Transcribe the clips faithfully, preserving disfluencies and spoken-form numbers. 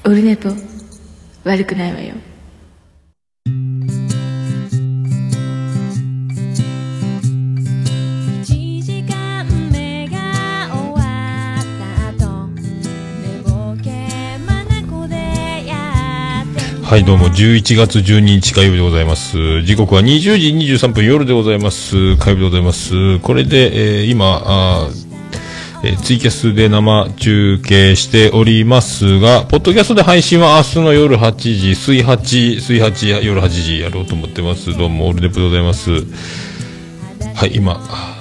オルネポ悪くないわよ。 はい、どうもじゅういちがつじゅうににち火曜日でございます。時刻はにじゅうじにじゅうさんぷん、夜でございます。火曜日でございます。これで、えー、今あ、えー、ツイキャスで生中継しておりますが、ポッドキャストで配信は明日の夜はちじ、水はち、水はち夜はちじやろうと思ってます。どうもオルネポでございます。はい、今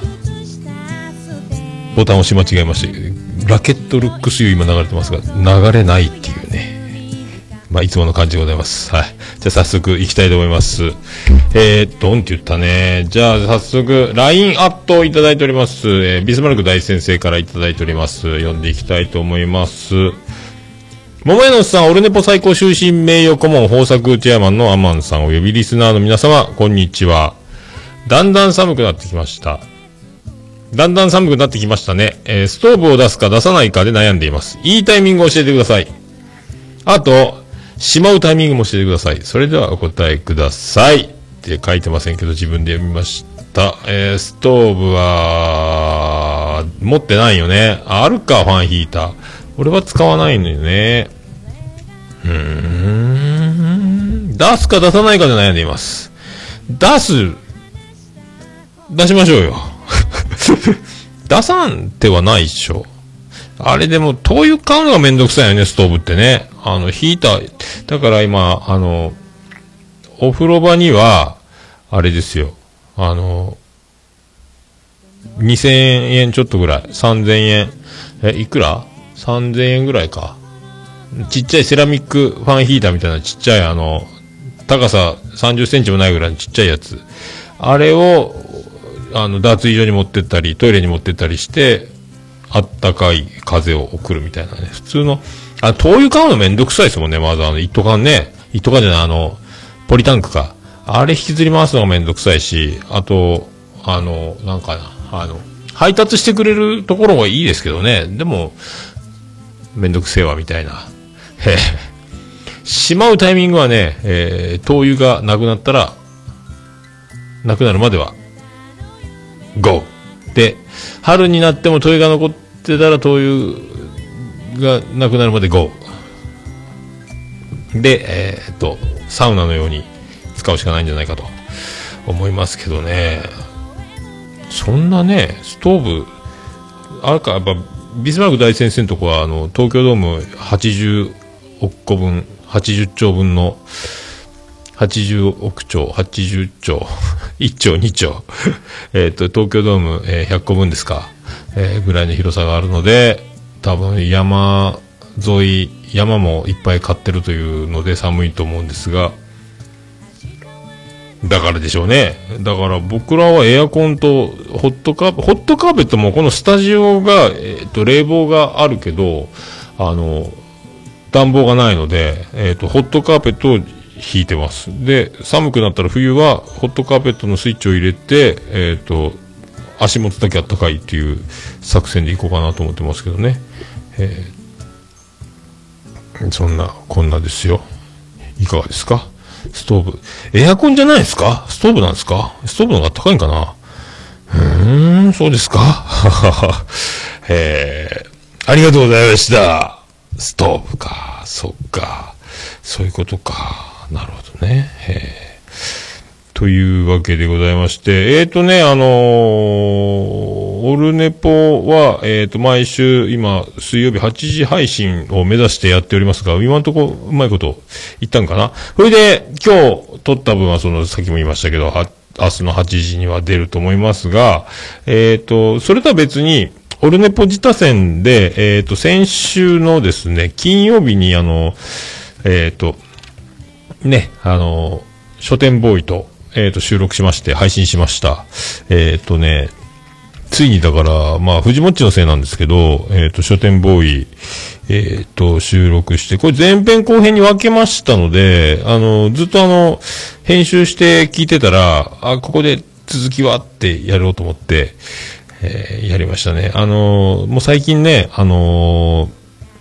ボタンを押し間違えまして、ラケットルックスユー今流れてますが、流れないっていうね、まあ、いつもの感じでございます。はい。じゃあ早速行きたいと思います。えー、ドンって言ったね。じゃあ早速、ライン アットをいただいております。えー、ビスマルク大先生からいただいております。読んでいきたいと思います。桃屋のおっさん、オルネポ最高終身名誉顧問豊作チェアマンのアマンさんおよびリスナーの皆様、こんにちは。だんだん寒くなってきました。だんだん寒くなってきましたね。えー、ストーブを出すか出さないかで悩んでいます。いいタイミングを教えてください。あと、しまうタイミングも教えてください。それではお答えください。って書いてませんけど自分で読みました。えー、ストーブは、持ってないよね。あるか、ファンヒーター。俺は使わないのよね。うーん。出すか出さないかで悩んでいます。出す、出しましょうよ。出さん手はないっしょ。あれでも灯油買うのがめんどくさいよね、ストーブってね。あの、ヒーター、だから今、あの、お風呂場には、あれですよ、あの、にせんえんちょっとぐらい、さんぜんえん、え、いくら ?さんぜんえんぐらいか。ちっちゃいセラミックファンヒーターみたいなちっちゃいあの、高ささんじゅっセンチもないぐらいのちっちゃいやつ。あれを、あの、脱衣所に持ってったり、トイレに持ってったりして、あったかい風を送るみたいなね。普通の、あ、灯油買うのめんどくさいですもんね。まずあの、一斗缶ね。一斗缶じゃない、あの、ポリタンクか。あれ引きずり回すのがめんどくさいし、あと、あの、なんかな、あの、配達してくれるところがいいですけどね。でも、めんどくせえわ、みたいな。へえ。しまうタイミングはね、えー、灯油がなくなったら、なくなるまでは、ゴー。で、春になっても灯油が残ってたら灯油がなくなるまでゴー。で、えー、っと、サウナのように使うしかないんじゃないかと思いますけどね。そんなね、ストーブ、あれか、やっぱ、ビスマルク大先生のとこは、あの、東京ドームはちじゅうおくこぶん、はちじゅっちょうぶんの、はちじゅうおくちょう、はちじゅっちょう、いっちょう、にちょう、えっと、東京ドーム、えー、ひゃっこぶんですか、えー、ぐらいの広さがあるので、多分山沿い、山もいっぱい買ってるというので寒いと思うんですが、だからでしょうね。だから僕らはエアコンとホットカーペット、ホットカーペットもこのスタジオが、えっと、冷房があるけど、あの、暖房がないので、えっと、ホットカーペットを引いてます。で、寒くなったら冬はホットカーペットのスイッチを入れて、えっと、足元だけあったかいっていう作戦でいこうかなと思ってますけどね。えー、そんな、こんなですよ。いかがですか？ストーブ。エアコンじゃないですか？ストーブなんですか？ストーブの方が高いんかな？うーん、そうですか？えー、ありがとうございました。ストーブか。そっか。そういうことか。なるほどね。えーというわけでございまして、えっとね、あのー、オルネポは、えっと、毎週、今、水曜日はちじ配信を目指してやっておりますが、今のところ、うまいこと言ったんかな？それで、今日、撮った分は、その、さっきも言いましたけど、は、明日のはちじには出ると思いますが、えっと、それとは別に、オルネポ自他戦で、えっと、先週のですね、金曜日に、あの、えっと、ね、あの、書店ボーイと、えっと、収録しまして、配信しました。えっとね、ついにだから、まあ、藤もっちのせいなんですけど、えっと、書店ボーイ、えっと、収録して、これ前編後編に分けましたので、あの、ずっとあの、編集して聞いてたら、あ、ここで続きはってやろうと思って、えー、やりましたね。あの、もう最近ね、あの、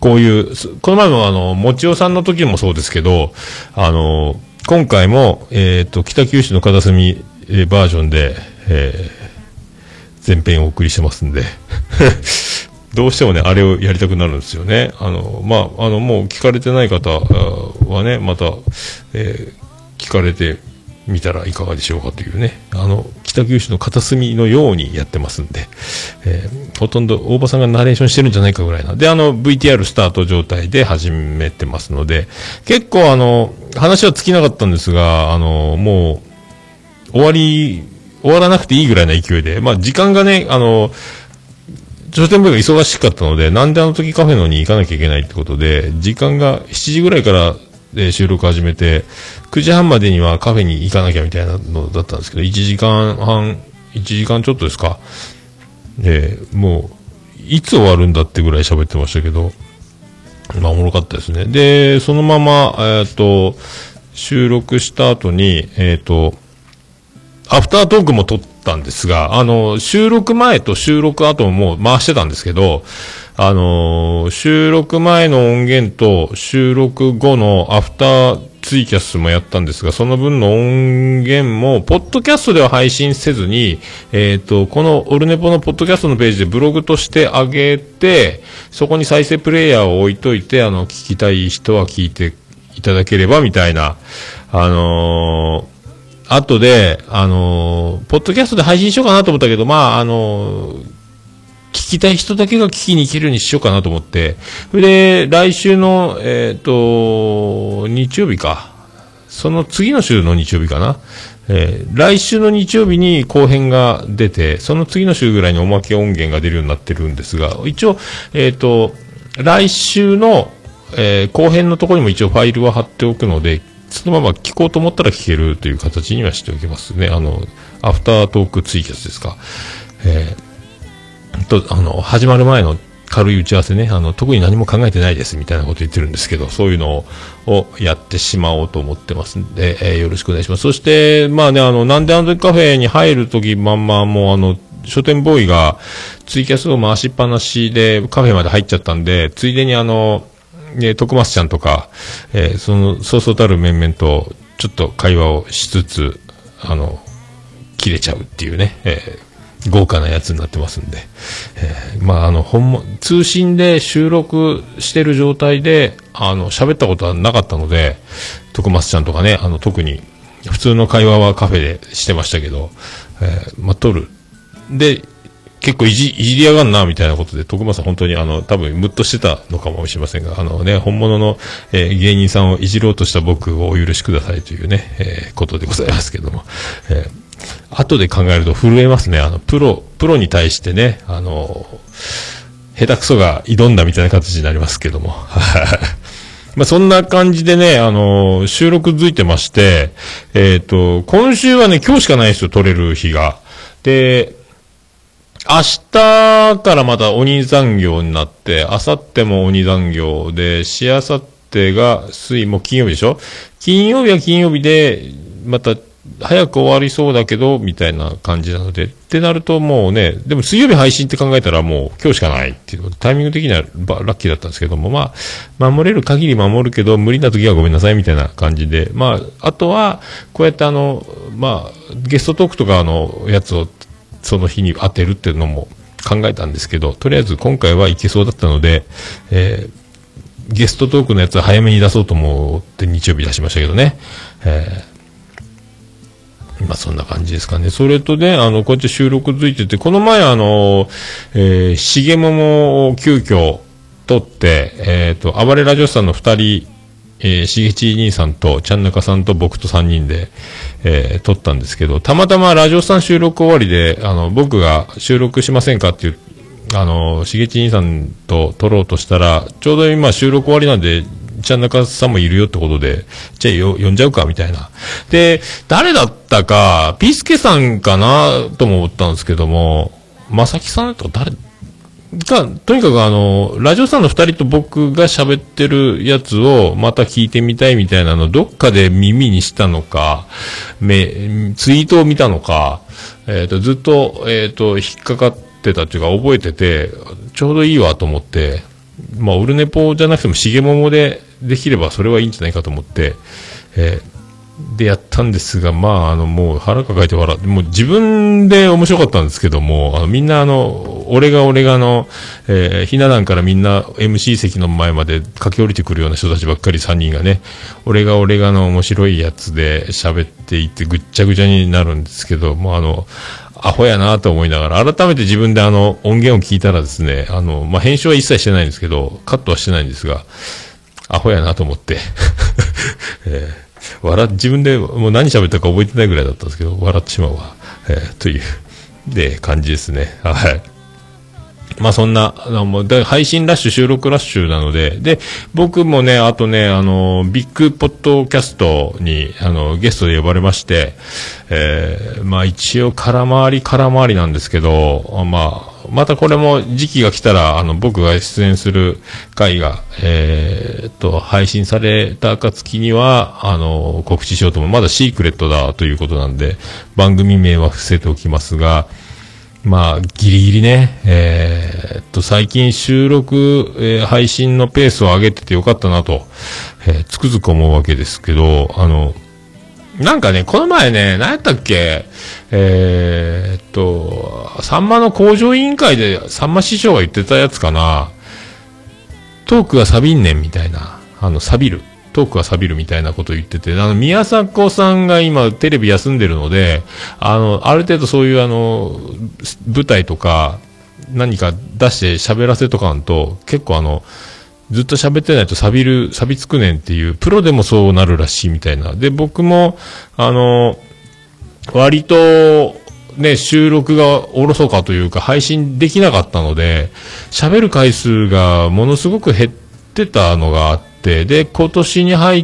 こういう、この前もあの、もちおさんの時もそうですけど、あの、今回も、えっと、北九州の片隅、えー、バージョンで、えー、前編をお送りしてますんで、どうしてもね、あれをやりたくなるんですよね。あの、まあ、あの、もう聞かれてない方はね、また、えー、聞かれてみたらいかがでしょうかというね、あの、北九州の片隅のようにやってますんで、えー、ほとんど大場さんがナレーションしてるんじゃないかぐらいな。で、あの、ブイティーアール スタート状態で始めてますので、結構あの、話は尽きなかったんですが、あの、もう、終わり、終わらなくていいぐらいな勢いで、まあ、時間がね、あの、書店ボーイが忙しかったので、なんであの時カフェのに行かなきゃいけないってことで、時間がしちじぐらいからで収録始めて、くじはんまでにはカフェに行かなきゃみたいなのだったんですけど、いちじかんはん、いちじかんちょっとですか。で、もう、いつ終わるんだってぐらい喋ってましたけど、まあおもろかったですね。で、そのまま、えっと、収録した後に、えっと、アフタートークも撮ったんですが、あの、収録前と収録後ももう回してたんですけど、あのー、収録前の音源と収録後のアフターツイキャスもやったんですが、その分の音源も、ポッドキャストでは配信せずに、えっと、このオルネポのポッドキャストのページでブログとして上げて、そこに再生プレイヤーを置いといて、あの、聞きたい人は聞いていただければ、みたいな、あのー、後で、あのー、ポッドキャストで配信しようかなと思ったけど、まあ、あのー、聞きたい人だけが聞きに行けるようにしようかなと思って、それで、来週の、えっと、日曜日か。その次の週の日曜日かな。えー、来週の日曜日に後編が出て、その次の週ぐらいにおまけ音源が出るようになってるんですが、一応、えっと、来週の、えー、後編のところにも一応ファイルは貼っておくので、そのまま聞こうと思ったら聞けるという形にはしておきますね。あの、アフタートークツイキャスですか。えー、と、あの、始まる前の軽い打ち合わせね、あの、特に何も考えてないですみたいなこと言ってるんですけど、そういうのをやってしまおうと思ってますんで、えー、よろしくお願いします。そして、まあね、あの、なんであの時カフェに入るときまんまもうあの、書店ボーイがツイキャスを回しっぱなしでカフェまで入っちゃったんで、ついでにあの、えー、徳松ちゃんとか、えー、その、そうそうたる面々と、ちょっと会話をしつつ、あの、切れちゃうっていうね、えー、豪華なやつになってますんで、えー、まあ、あの、本も、通信で収録してる状態で、あの、喋ったことはなかったので、徳松ちゃんとかね、あの、特に、普通の会話はカフェでしてましたけど、えー、まあ、撮る。で、結構いじ、いじりやがんな、みたいなことで、徳間さん本当にあの、多分ムッとしてたのかもしれませんが、あのね、本物の、えー、芸人さんをいじろうとした僕をお許しくださいというね、えー、ことでございますけども、えー、後で考えると震えますね。あの、プロ、プロに対してね、あの、下手くそが挑んだみたいな形になりますけども、まあ、そんな感じでね、あの、収録づいてまして、えっと、今週はね、今日しかないですよ、撮れる日が。で、明日からまた鬼残業になって、明後日も鬼残業で、しあさってが水、もう金曜日でしょ？金曜日は金曜日で、また早く終わりそうだけど、みたいな感じなので、ってなるともうね、でも水曜日配信って考えたらもう今日しかないっていう、タイミング的にはラッキーだったんですけども、まあ、守れる限り守るけど、無理な時はごめんなさいみたいな感じで、まあ、あとは、こうやってあの、まあ、ゲストトークとかのやつを、その日に当てるっていうのも考えたんですけど、とりあえず今回はいけそうだったので、えー、ゲストトークのやつは早めに出そうと思って日曜日出しましたけどね。えー、まあそんな感じですかね。それとね、あの、こうやって収録ついてて、この前あの、えー、しげももを急遽撮って、えっと、暴れラジオさんの二人、えー、しげち兄さんと、ちゃんなかさんと僕と三人で、えー、撮ったんですけど、たまたまラジオさん収録終わりで、あの、僕が収録しませんかっていう、あの、しげち兄さんと撮ろうとしたら、ちょうど今収録終わりなんで、ちゃんなかさんもいるよってことで、じゃあよ、呼んじゃうか、みたいな。で、誰だったか、ピースケさんかな、とも思ったんですけども、まさきさんとか誰、が、とにかくあの、ラジオさんの二人と僕が喋ってるやつをまた聞いてみたいみたいなのどっかで耳にしたのか、め、ツイートを見たのか、えっと、ずっと、えっと、引っかかってたっていうか覚えてて、ちょうどいいわと思って、 まあ、オルネポじゃなくても、しげももでできればそれはいいんじゃないかと思って、えー、でやったんですが、まあ、あの、もう腹抱えて笑って、もう自分で面白かったんですけども、あの、みんなあの、俺が俺がの、えー、ひな壇からみんな エムシー 席の前まで駆け下りてくるような人たちばっかりさんにんがね、俺が俺がの面白いやつで喋っていってぐっちゃぐちゃになるんですけど、もうあの、アホやなと思いながら、改めて自分であの、音源を聞いたらですね、あの、まあ、編集は一切してないんですけど、カットはしてないんですが、アホやなと思って、えー、笑、自分でもう何喋ったか覚えてないぐらいだったんですけど、笑ってしまうわ。えー、という、で、感じですね。はい。まあそんな、あの、配信ラッシュ、収録ラッシュなので、で、僕もね、あとね、あの、ビッグポッドキャストに、あの、ゲストで呼ばれまして、えー、まあ一応空回り空回りなんですけど、まあ、またこれも時期が来たら、あの、僕が出演する回が、えー、っと、配信された暁には、あの、告知しようと思う。まだシークレットだということなんで、番組名は伏せておきますが、まあ、ギリギリね、えー、っと、最近収録、えー、配信のペースを上げててよかったなと、えー、つくづく思うわけですけど、あの、なんかね、この前ね、何やったっけ、えー、っと、さんまの工場委員会で、さんま師匠が言ってたやつかな、トークが錆びんねんみたいな、あの、錆びる。トークが錆びるみたいなことを言ってて、あの、宮迫さんが今テレビ休んでるので、あの、ある程度そういうあの、舞台とか、何か出して喋らせとかんと、結構あの、ずっと喋ってないと錆びる、錆びつくねんっていう、プロでもそうなるらしいみたいな。で、僕も、あの、割と、ね、収録がおろそかというか、配信できなかったので、喋る回数がものすごく減ってたのがあって、で、今年に入って、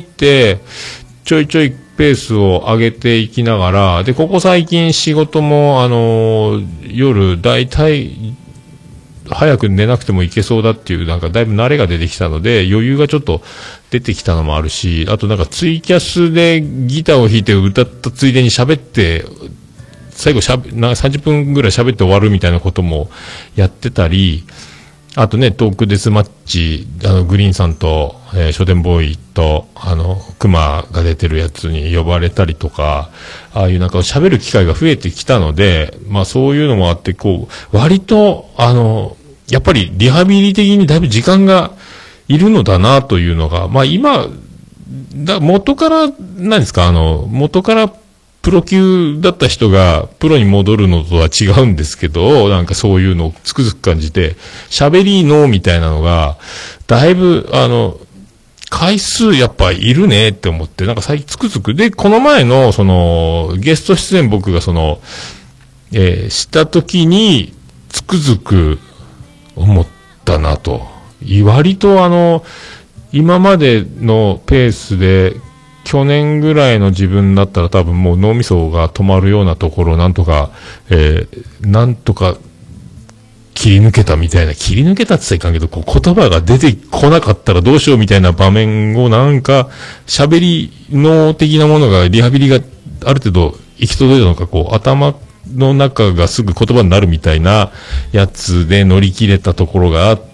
ちょいちょいペースを上げていきながら、で、ここ最近仕事も、あの、夜、だいたい、早く寝なくてもいけそうだっていう、なんかだいぶ慣れが出てきたので、余裕がちょっと出てきたのもあるし、あとなんかツイキャスでギターを弾いて歌ったついでに喋って、最後しゃべ、なんかさんじゅっぷんぐらい喋って終わるみたいなこともやってたり、あとね、トークデスマッチ、あの、グリーンさんと、えー、書店ボーイと、あの、クマが出てるやつに呼ばれたりとか、ああいうなんか喋る機会が増えてきたので、まあそういうのもあって、こう、割と、あの、やっぱりリハビリ的にだいぶ時間がいるのだなというのが、まあ今、だ元から、何ですか、あの、元からプロ級だった人がプロに戻るのとは違うんですけど、なんかそういうのをつくづく感じて、喋りのみたいなのが、だいぶ、あの、回数やっぱいるねって思って、なんか最近つくづく。で、この前の、その、ゲスト出演僕がその、えー、した時に、つくづく思ったなと。割とあの、今までのペースで、去年ぐらいの自分だったら多分もう脳みそが止まるようなところをなんとか、えー、なんとか切り抜けたみたいな、切り抜けたって言ったらいかんけど、こう言葉が出てこなかったらどうしようみたいな場面をなんか、喋り脳的なものが、リハビリがある程度行き届いたのか、こう頭の中がすぐ言葉になるみたいなやつで乗り切れたところがあって、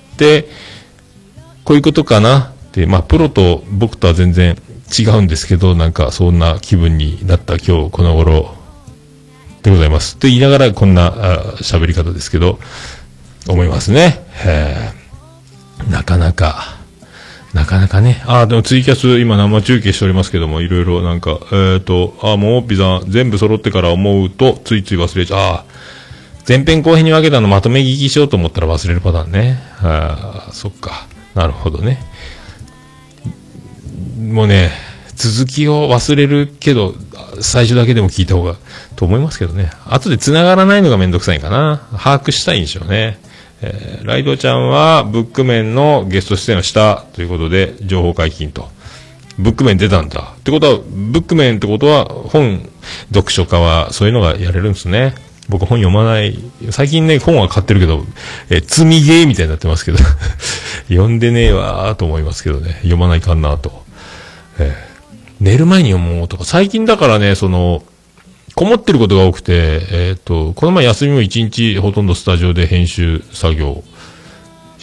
こういうことかなって、まあプロと僕とは全然違うんですけど、なんかそんな気分になった今日この頃でございます。って言いながらこんな喋り方ですけど、思いますね。なかなか、なかなかね。あ、でもツイキャス今生中継しておりますけども、いろいろなんか、えっと、あ、もうピザ全部揃ってから思うとついつい忘れちゃう。あ、前編後編に分けたのまとめ聞きしようと思ったら忘れるパターンね。あ、そっか。なるほどね。もうね、続きを忘れるけど、最初だけでも聞いた方が、と思いますけどね。後で繋がらないのがめんどくさいかな。把握したいんでしょうね。えー、ライドちゃんは、ブックメンのゲスト出演をしたということで、情報解禁と。ブックメン出たんだ。ってことは、ブックメンってことは、本、読書家は、そういうのがやれるんですね。僕本読まない。最近ね、本は買ってるけど、えー、積みゲーみたいになってますけど、読んでねえわーと思いますけどね。読まないかんなと。えー、寝る前に読もうとか、最近だからね、その、こもってることが多くて、えっと、この前休みも一日ほとんどスタジオで編集作業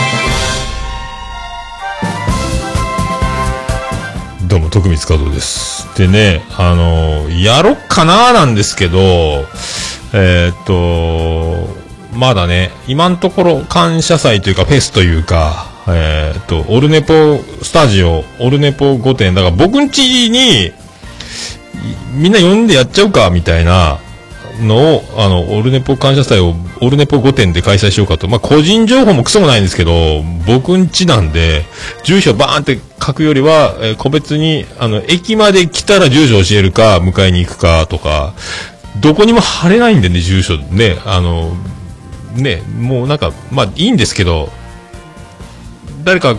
徳光和夫です。でね、あのー、やろっかなーなんですけど、えー、っと、まだね、今のところ感謝祭というかフェスというか、えー、っと、オルネポスタジオ、オルネポごてん、だから僕ん家にみんな呼んでやっちゃうか、みたいなのを、あの、オルネポ感謝祭をオルネポごてんで開催しようかと。まあ、個人情報もクソもないんですけど、僕ん家なんで、住所バーンって書くよりは、えー、個別に、あの、駅まで来たら住所教えるか、迎えに行くかとか、どこにも貼れないんでね、住所ね、あの、ね、もうなんか、まあいいんですけど、誰か、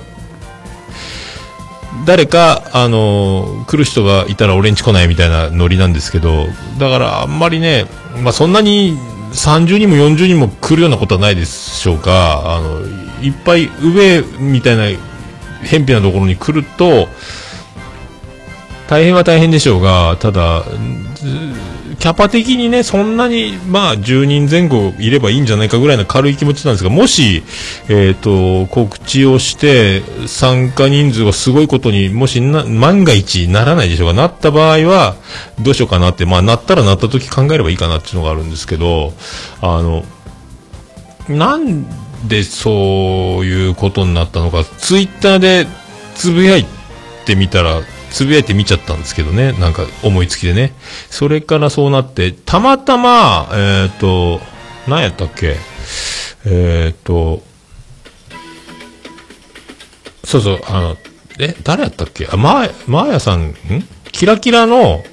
誰か、あの、来る人がいたら俺んち来ないみたいなノリなんですけど、だからあんまりね、まあそんなにさんじゅうにんもよんじゅうにんも来るようなことはないでしょうか。あの、いっぱい上みたいな、偏僻なところに来ると、大変は大変でしょうが、ただ、キャパ的にね、そんなに、まあ、じゅうにんぜん後いればいいんじゃないかぐらいの軽い気持ちなんですが、もし、えっと、告知をして、参加人数がすごいことに、もしな、万が一ならないでしょうか、なった場合は、どうしようかなって、まあ、なったらなった時考えればいいかなっていうのがあるんですけど、あの、なんでそういうことになったのか、ツイッターでつぶやいてみたら、つぶやいて見ちゃったんですけどね。なんか思いつきでね。それからそうなって、たまたま、えっと、何やったっけえっと、そうそう、あの、え、誰やったっけあ、ま、まーやさん、んキラキラの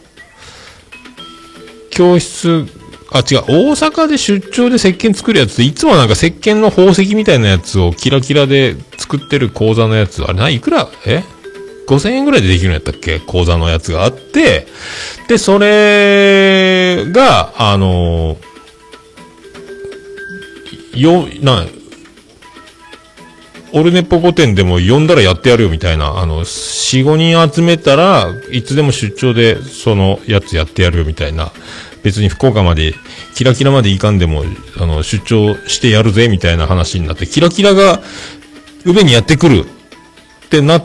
教室、あ、違う、大阪で出張で石鹸作るやつで、いつもなんか石鹸の宝石みたいなやつをキラキラで作ってる講座のやつ、あれな、いくら、えごせんえんぐらいでできるんやったっけ講座のやつがあって、で、それが、あのー、よ、な、オルネポごてんでも呼んだらやってやるよみたいな、あの、よん、ごにん集めたらいつでも出張でそのやつやってやるよみたいな、別に福岡まで、キラキラまで行かんでも、あの、出張してやるぜみたいな話になって、キラキラが宇部にやってくるってなって、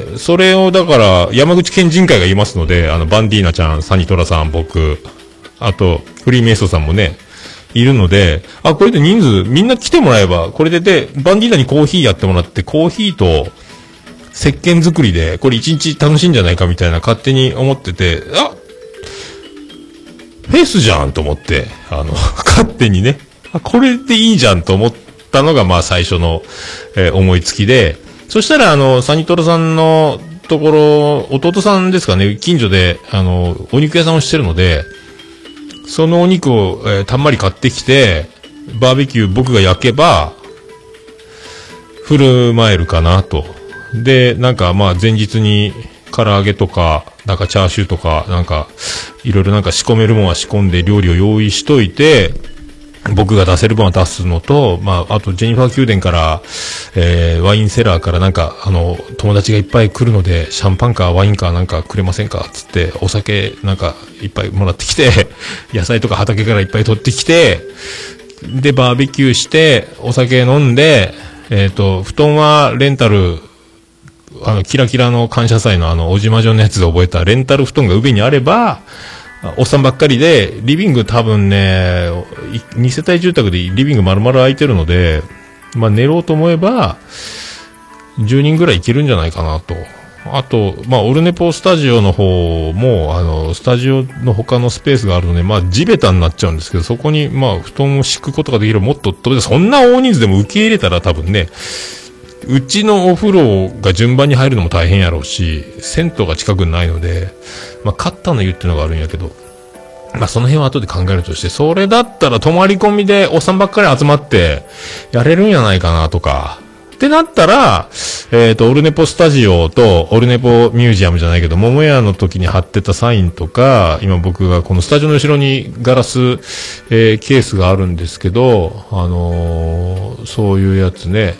それをだから山口県人会が言いますので、あのバンディーナちゃん、サニトラさん、僕、あとフリーメイソーさんもねいるので、あ、これで人数みんな来てもらえば、これででバンディーナにコーヒーやってもらって、コーヒーと石鹸作りでこれ一日楽しいんじゃないかみたいな勝手に思ってて、あ、フェスじゃんと思って、あの勝手にね、あ、これでいいじゃんと思ったのがまあ最初の、えー、思いつきで。そしたら、あの、サニトラさんのところ、弟さんですかね、近所で、あの、お肉屋さんをしてるので、そのお肉を、えー、たんまり買ってきて、バーベキュー僕が焼けば、振る舞えるかなと。で、なんか、まあ、前日に、唐揚げとか、なんかチャーシューとか、なんか、いろいろなんか仕込めるもんは仕込んで料理を用意しといて、僕が出せる分は出すのと、まあ、あと、ジェニファー宮殿から、えー、ワインセラーからなんか、あの、友達がいっぱい来るので、シャンパンかワインかなんかくれませんかつって、お酒なんかいっぱいもらってきて、野菜とか畑からいっぱい取ってきて、で、バーベキューして、お酒飲んで、えっと、布団はレンタル、あの、キラキラの感謝祭のあの、おじまじょのやつで覚えたレンタル布団が上にあれば、おっさんばっかりで、リビング多分ね、に世帯住宅でリビング丸々空いてるので、まあ寝ろうと思えば、じゅうにんぐらいいけるんじゃないかなと。あと、まあオルネポスタジオの方も、あの、スタジオの他のスペースがあるので、まあ地べたになっちゃうんですけど、そこにまあ布団を敷くことができればもっと、そんな大人数でも受け入れたら多分ね、うちのお風呂が順番に入るのも大変やろうし、銭湯が近くにないので、まあ、カッターの湯っていうのがあるんやけど、まあ、その辺は後で考えるとして、それだったら泊まり込みでおっさんばっかり集まって、やれるんやないかなとか、ってなったら、えっと、オルネポスタジオと、オルネポミュージアムじゃないけど、桃屋の時に貼ってたサインとか、今僕がこのスタジオの後ろにガラス、えー、ケースがあるんですけど、あのー、そういうやつね、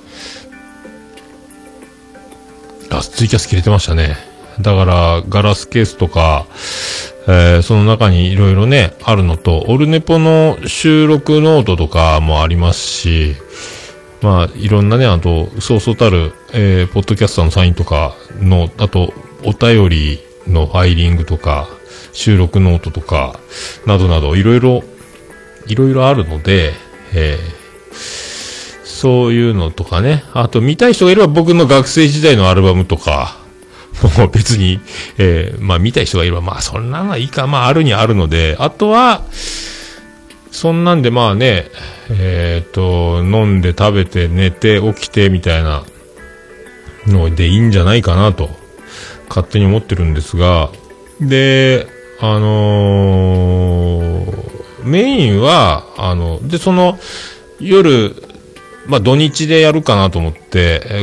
あ、ツイキャス切れてましたね。だから、ガラスケースとか、えー、その中にいろいろね、あるのと、オルネポの収録ノートとかもありますし、まあ、いろんなね、あと、そうそうたる、えー、ポッドキャスターのサインとかの、あと、 お便りのファイリングとか、収録ノートとか、などなど、いろいろ、いろいろあるので、えー、そういうのとかね。あと見たい人がいれば僕の学生時代のアルバムとか、もう別に、えー、まあ見たい人がいれば、まあそんなのはいいか、まああるにあるので、あとは、そんなんでまあね、えっと、飲んで食べて寝て起きてみたいなのでいいんじゃないかなと、勝手に思ってるんですが、で、あのー、メインは、あの、で、その、夜、まあ土日でやるかなと思って、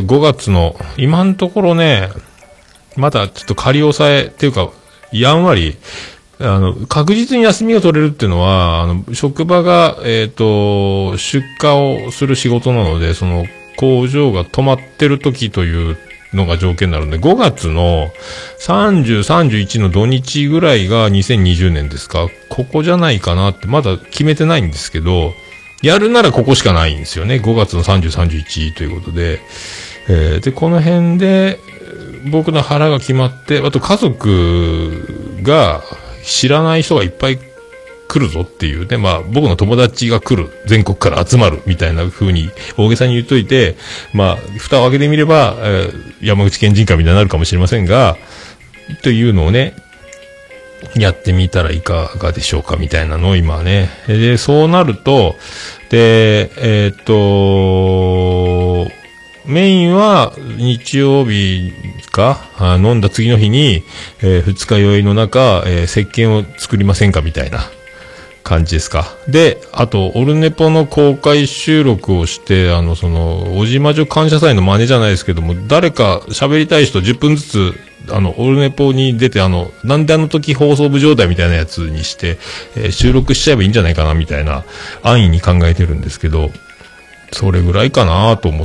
ごがつの、今のところね、まだちょっと仮押さえっていうか、やんわり、あの、確実に休みが取れるっていうのは、あの、職場が、えっと、出荷をする仕事なので、その、工場が止まってる時というのが条件になるので、ごがつのさんじゅう、さんじゅういちの土日ぐらいがにせんにじゅうねんですか、ここじゃないかなって、まだ決めてないんですけど、やるならここしかないんですよね。ごがつのさんじゅう、さんじゅういちということで、えー、で、この辺で、僕の腹が決まって、あと家族が知らない人がいっぱい来るぞっていうね、まあ僕の友達が来る、全国から集まるみたいな風に大げさに言っといて、まあ蓋を開けてみれば、えー、山口県人会みたいになるかもしれませんが、というのをね、やってみたらいかがでしょうかみたいなのを今ね。で、そうなると、で、えー、っと、メインは日曜日か飲んだ次の日に、えー、二日酔いの中、えー、石鹸を作りませんかみたいな感じですか。で、あと、オルネポの公開収録をして、あの、その、おじまじょ感謝祭の真似じゃないですけども、誰か喋りたい人じゅっぷんずつ、あの、オルネポに出て、あの、なんであの時放送部状態みたいなやつにして、えー、収録しちゃえばいいんじゃないかな、みたいな安易に考えてるんですけど、それぐらいかなと思って、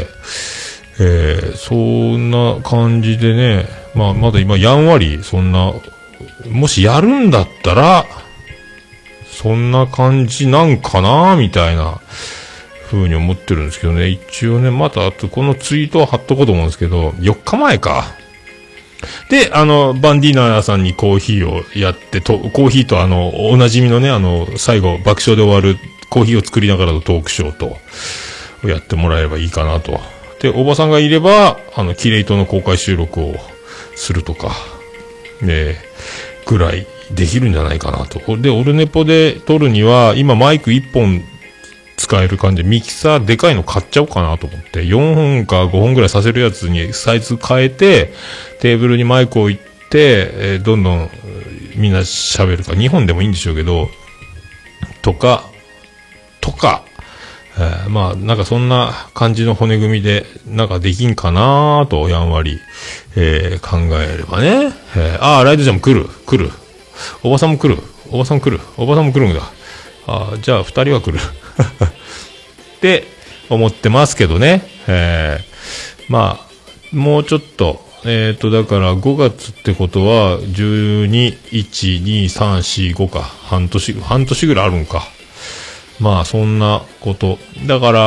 えー、そんな感じでね、まあ、まだ今やんわり、そんな、もしやるんだったら、そんな感じなんかなみたいな風に思ってるんですけどね。一応ね、またあとこのツイートは貼っとこうと思うんですけど、よっかまえか。で、あの、バンディーナさんにコーヒーをやってと、コーヒーとあの、おなじみのね、あの、最後爆笑で終わるコーヒーを作りながらのトークショーと、やってもらえればいいかなと。で、おばさんがいれば、あの、キレイトの公開収録をするとか、ね、ぐらいできるんじゃないかなと。で、オルネポで撮るには、今マイクいっぽん使える感じで、ミキサーでかいの買っちゃおうかなと思って、よんほんかごほんぐらいさせるやつにサイズ変えて、テーブルにマイクを置いて、えー、どんどんみんな喋るか、にほんでもいいんでしょうけど、とか、とか、えー、まあ、なんかそんな感じの骨組みで、なんかできんかなーと、やんわり、えー、考えればね。えー、あー、ライドジャム来る、来る。おばさんも来る、おばさん来る、おばさんも来るんだ。あー、じゃあ二人は来る。って思ってますけどね。えー、まあ、もうちょっと、えっと、だからごがつってことは、じゅうに、いち、に、さん、よん、ごか。半年、半年ぐらいあるんか。まあそんなこと。だから、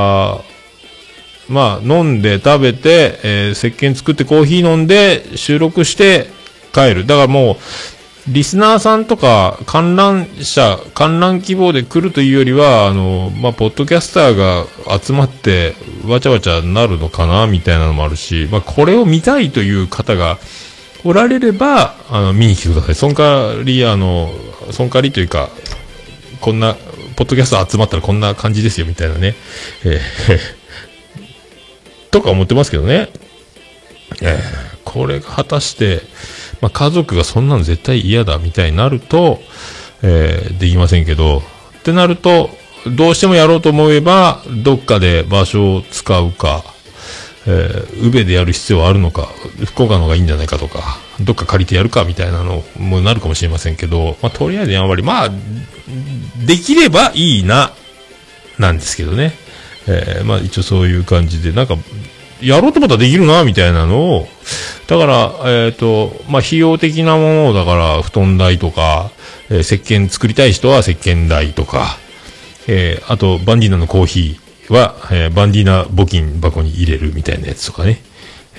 まあ飲んで食べて、えー、石鹸作ってコーヒー飲んで収録して帰る。だからもう、リスナーさんとか観覧者、観覧希望で来るというよりは、あの、まあポッドキャスターが集まってわちゃわちゃなるのかなみたいなのもあるし、まあこれを見たいという方がおられれば、あの、見に来てください。そんかり、あの、そんかりというか、こんな、ポッドキャスト集まったらこんな感じですよみたいなね、えー、とか思ってますけどね、えー、これが果たして、まあ、家族がそんなの絶対嫌だみたいになると、えー、できませんけどってなるとどうしてもやろうと思えばどっかで場所を使うか、えー、宇部でやる必要はあるのか福岡の方がいいんじゃないかとかどっか借りてやるかみたいなのもなるかもしれませんけど、まあ、とりあえずやんわりまあできればいいななんですけどね、えー、まあ一応そういう感じでなんかやろうと思ったらできるなみたいなのをだからえっとまあ費用的なものをだから布団代とか、えー、石鹸作りたい人は石鹸代とか、えー、あとバンディーナのコーヒーは、えー、バンディーナ募金箱に入れるみたいなやつとかね、えー、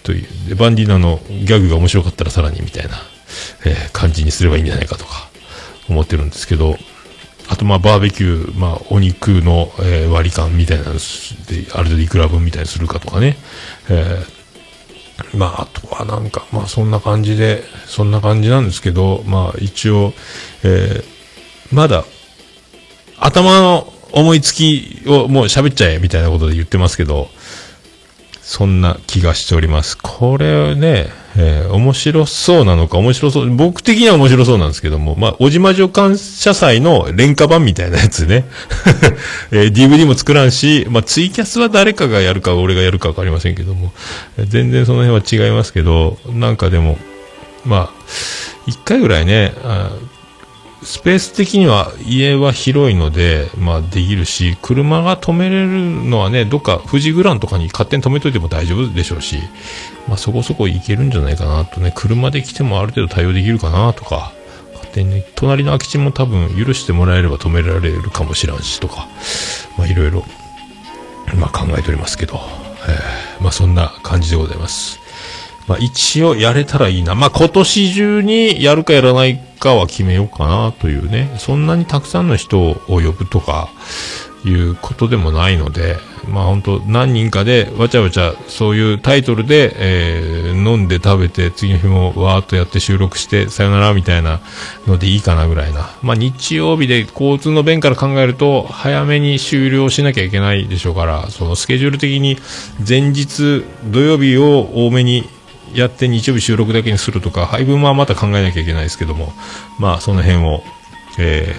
というでバンディーナのギャグが面白かったらさらにみたいな、えー、感じにすればいいんじゃないかとか思ってるんですけど、あとまあバーベキュー、まあお肉の、えー、割り勘みたいなのである程度いくら分みたいにするかとかね、えー、まああとはなんかまあそんな感じでそんな感じなんですけど、まあ一応、えー、まだ頭の思いつきをもう喋っちゃえみたいなことで言ってますけど、そんな気がしております。これね、えー、面白そうなのか面白そう、僕的には面白そうなんですけども、まあ、小島女感謝祭の廉価版みたいなやつね。えー、ディーブイディー も作らんし、まあ、ツイキャスは誰かがやるか俺がやるかわかりませんけども、全然その辺は違いますけど、なんかでも、まあ、一回ぐらいね、あスペース的には家は広いので、まあできるし、車が止めれるのはね、どっか富士グランとかに勝手に止めといても大丈夫でしょうし、まあそこそこ行けるんじゃないかなとね、車で来てもある程度対応できるかなとか、勝手にね、隣の空き地も多分許してもらえれば止められるかもしれんしとか、まあいろいろ、まあ考えておりますけど、えー、まあそんな感じでございます。まあ一応やれたらいいな。まあ今年中にやるかやらないかは決めようかなというね。そんなにたくさんの人を呼ぶとかいうことでもないので、まあ本当何人かでわちゃわちゃそういうタイトルで、えー、飲んで食べて次の日もわーっとやって収録してさよならみたいなのでいいかなぐらいな。まあ日曜日で交通の便から考えると早めに終了しなきゃいけないでしょうから、そのスケジュール的に前日土曜日を多めにやって日曜日収録だけにするとか配分はまた考えなきゃいけないですけども、まあその辺を、え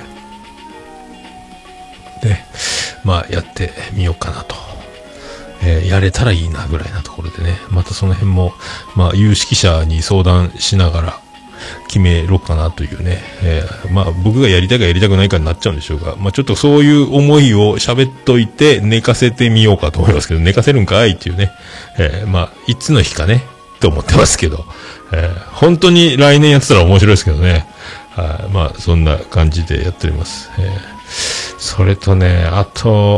ー、でまあやってみようかなと、えー、やれたらいいなぐらいなところでね、またその辺もまあ有識者に相談しながら決めろかなというね、えー、まあ僕がやりたいかやりたくないかになっちゃうんでしょうが、まあちょっとそういう思いを喋っといて寝かせてみようかと思いますけど、寝かせるんかいっていうね、えー、まあいつの日かねと思ってますけど、えー、本当に来年やってたら面白いですけどね。はい、まあそんな感じでやっております。えー、それとね、あと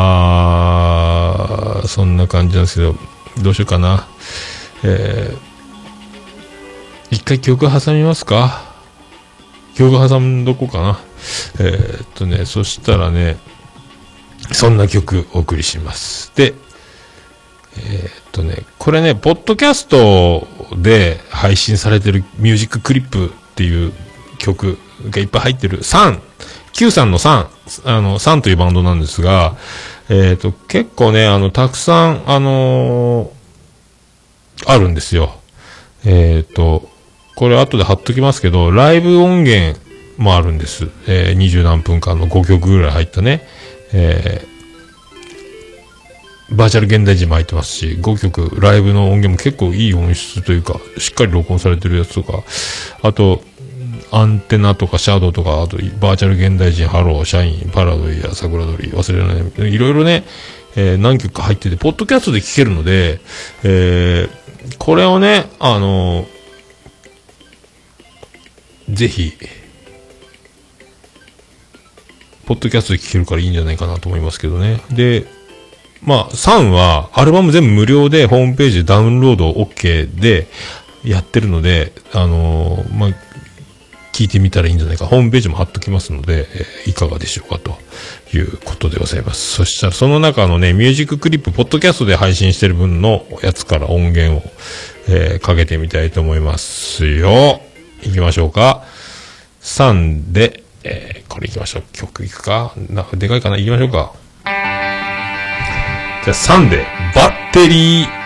まあそんな感じなんですけど、どうしようかな。えー、一回曲挟みますか。曲挟んどこうかな。えー、っとね、そしたらね、そんな曲お送りします。で。えー、っとね、これね、ポッドキャストで配信されてるミュージッククリップっていう曲がいっぱい入ってるさん、Q さんのさん、あの、さんというバンドなんですが、えー、っと、結構ね、あの、たくさん、あのー、あるんですよ。えー、っと、これ後で貼っときますけど、ライブ音源もあるんです。えー、二十何分間のごきょくぐらい入ったね、えーバーチャル現代人も入ってますし、ごきょくライブの音源も結構いい音質というか、しっかり録音されてるやつとか、あと、アンテナとかシャドウとか、あと、バーチャル現代人、ハロー、シャイン、パラドイヤ、桜鳥、忘れない、いろいろね、えー、何曲か入ってて、ポッドキャストで聴けるので、えー、これをね、あのー、ぜひ、ポッドキャストで聴けるからいいんじゃないかなと思いますけどね。で、まあ、さんは、アルバム全部無料で、ホームページでダウンロード OK でやってるので、あのー、まあ、聞いてみたらいいんじゃないか。ホームページも貼っときますので、えー、いかがでしょうかということでございます。そしたら、その中のね、ミュージッククリップ、ポッドキャストで配信してる分のやつから音源を、えー、かけてみたいと思いますよ。行きましょうか。さんで、えー、これ行きましょう。曲行くかな、でかいかな、行きましょうか。じゃあさんでバッテリー。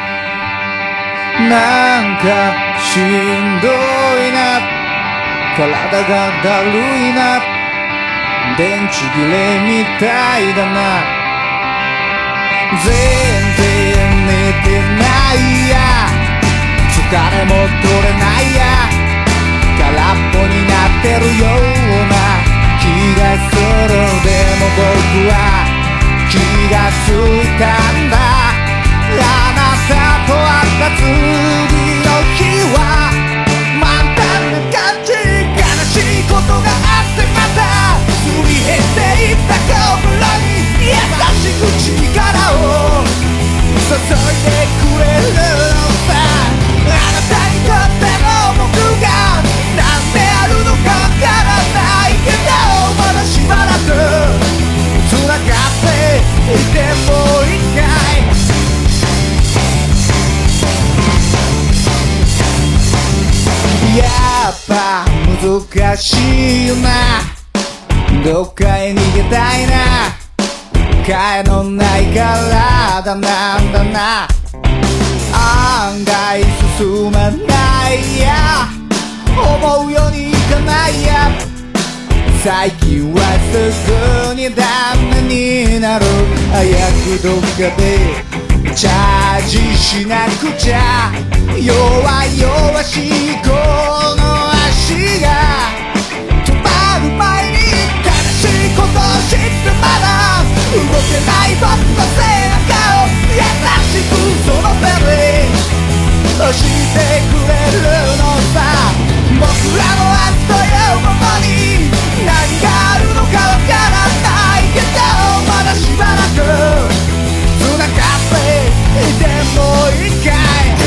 なんかしんどいな、体がだるいな、電池切れみたいだな、全然寝てないや、疲れも取れないや、空っぽになってるような気がする。でも僕は気がついたんだ、あなたと会った次の日は満タンな感じ、悲しいことがあってまたすり減っていった心に優しく力を注いでくれるさ、 でもう一回やっぱ難しいよなどっかへ逃げたいな替えのない体なんだな案外進まないや思うようにいかないや最近はすぐにダメになる早くどっかでチャージしなくちゃ弱々しいこの足が止まる前に悲しいことを知ってまだ動けない僕の背中を優しくその手で押してくれるのさ僕らの明日というものに何があるのかわからないけどまだしばらく繋がっていてもう一回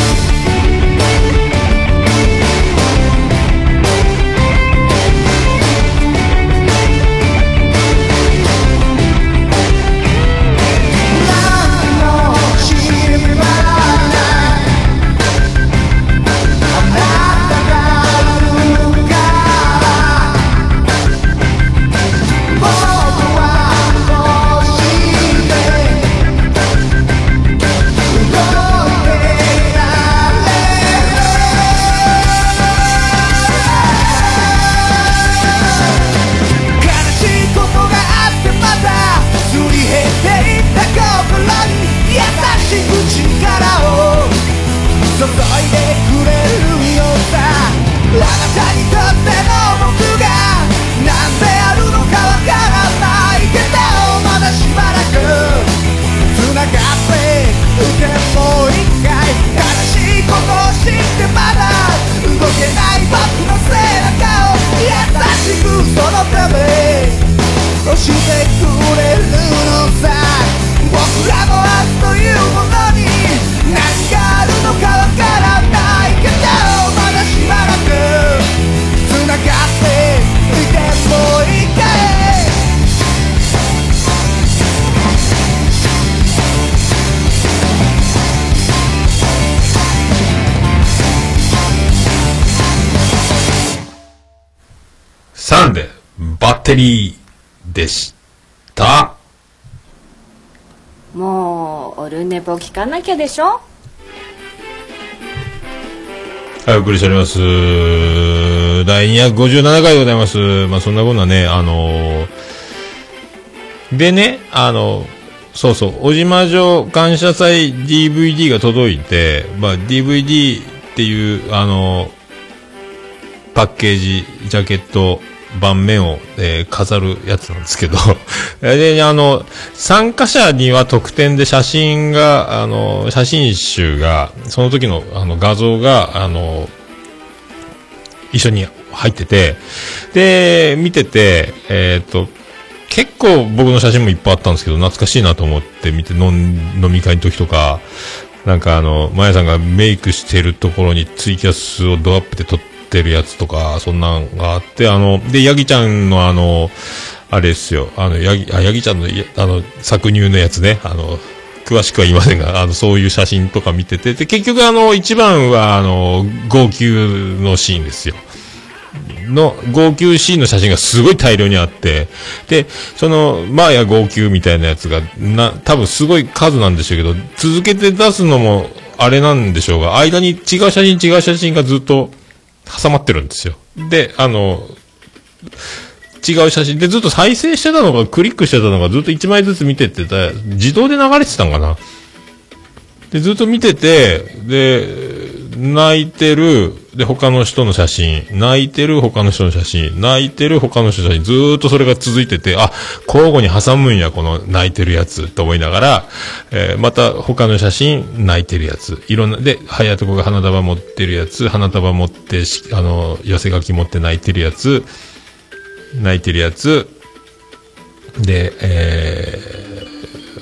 注いでくれるよさあなたにとっての僕が何であるのかわからないけどまだしばらく繋がっていてもう一回悲しいことを知ってまだ動けない僕の背中を優しくその手で押してくれるのさ僕らの明日というものに何があるのかわからないけどまだしばらく繋がっていてもう一回サンデーバッテリーでした。 もうオルネポ聞かなきゃでしょ。 はい、お送りしておりますだいにひゃくごじゅうななかいでございます。まあそんなこんなね、あのー、でね、あのそうそう小島城感謝祭 ディーブイディー が届いて、まあ ディーブイディー っていうあのー、パッケージジャケット盤面を、えー、飾るやつなんですけどで、あの参加者には特典で写真があの写真集がその時のあの画像があの一緒に入ってて、で見ててえっと結構僕の写真もいっぱいあったんですけど懐かしいなと思って見て飲飲み会の時とかなんかあのマヤさんがメイクしてるところにツイキャスをドアップで撮っててるやつとかそんなんがあってあのでヤギちゃんのあのあれですよあのヤギあヤギちゃんのあの搾乳のやつねあの詳しくは言いませんがあのそういう写真とか見ててで結局あの一番はあの号泣のシーンですよの号泣シーンの写真がすごい大量にあってでそのマーヤ号泣みたいなやつがな多分すごい数なんでしょうけど続けて出すのもあれなんでしょうが間に違う写真違う写真がずっと挟まってるんですよ。で、あの、違う写真でずっと再生してたのか、クリックしてたのか、ずっといちまいずつ見てて、自動で流れてたんかな。で、ずっと見てて、で、泣いてる、で、他の人の写真、泣いてる他の人の写真、泣いてる他の人の写真、ずーっとそれが続いてて、あ、交互に挟むんや、この泣いてるやつ、と思いながら、えー、また他の写真、泣いてるやつ、いろんな、で、はやとこが花束持ってるやつ、花束持って、あの、寄せ書き持って泣いてるやつ、泣いてるやつ、で、え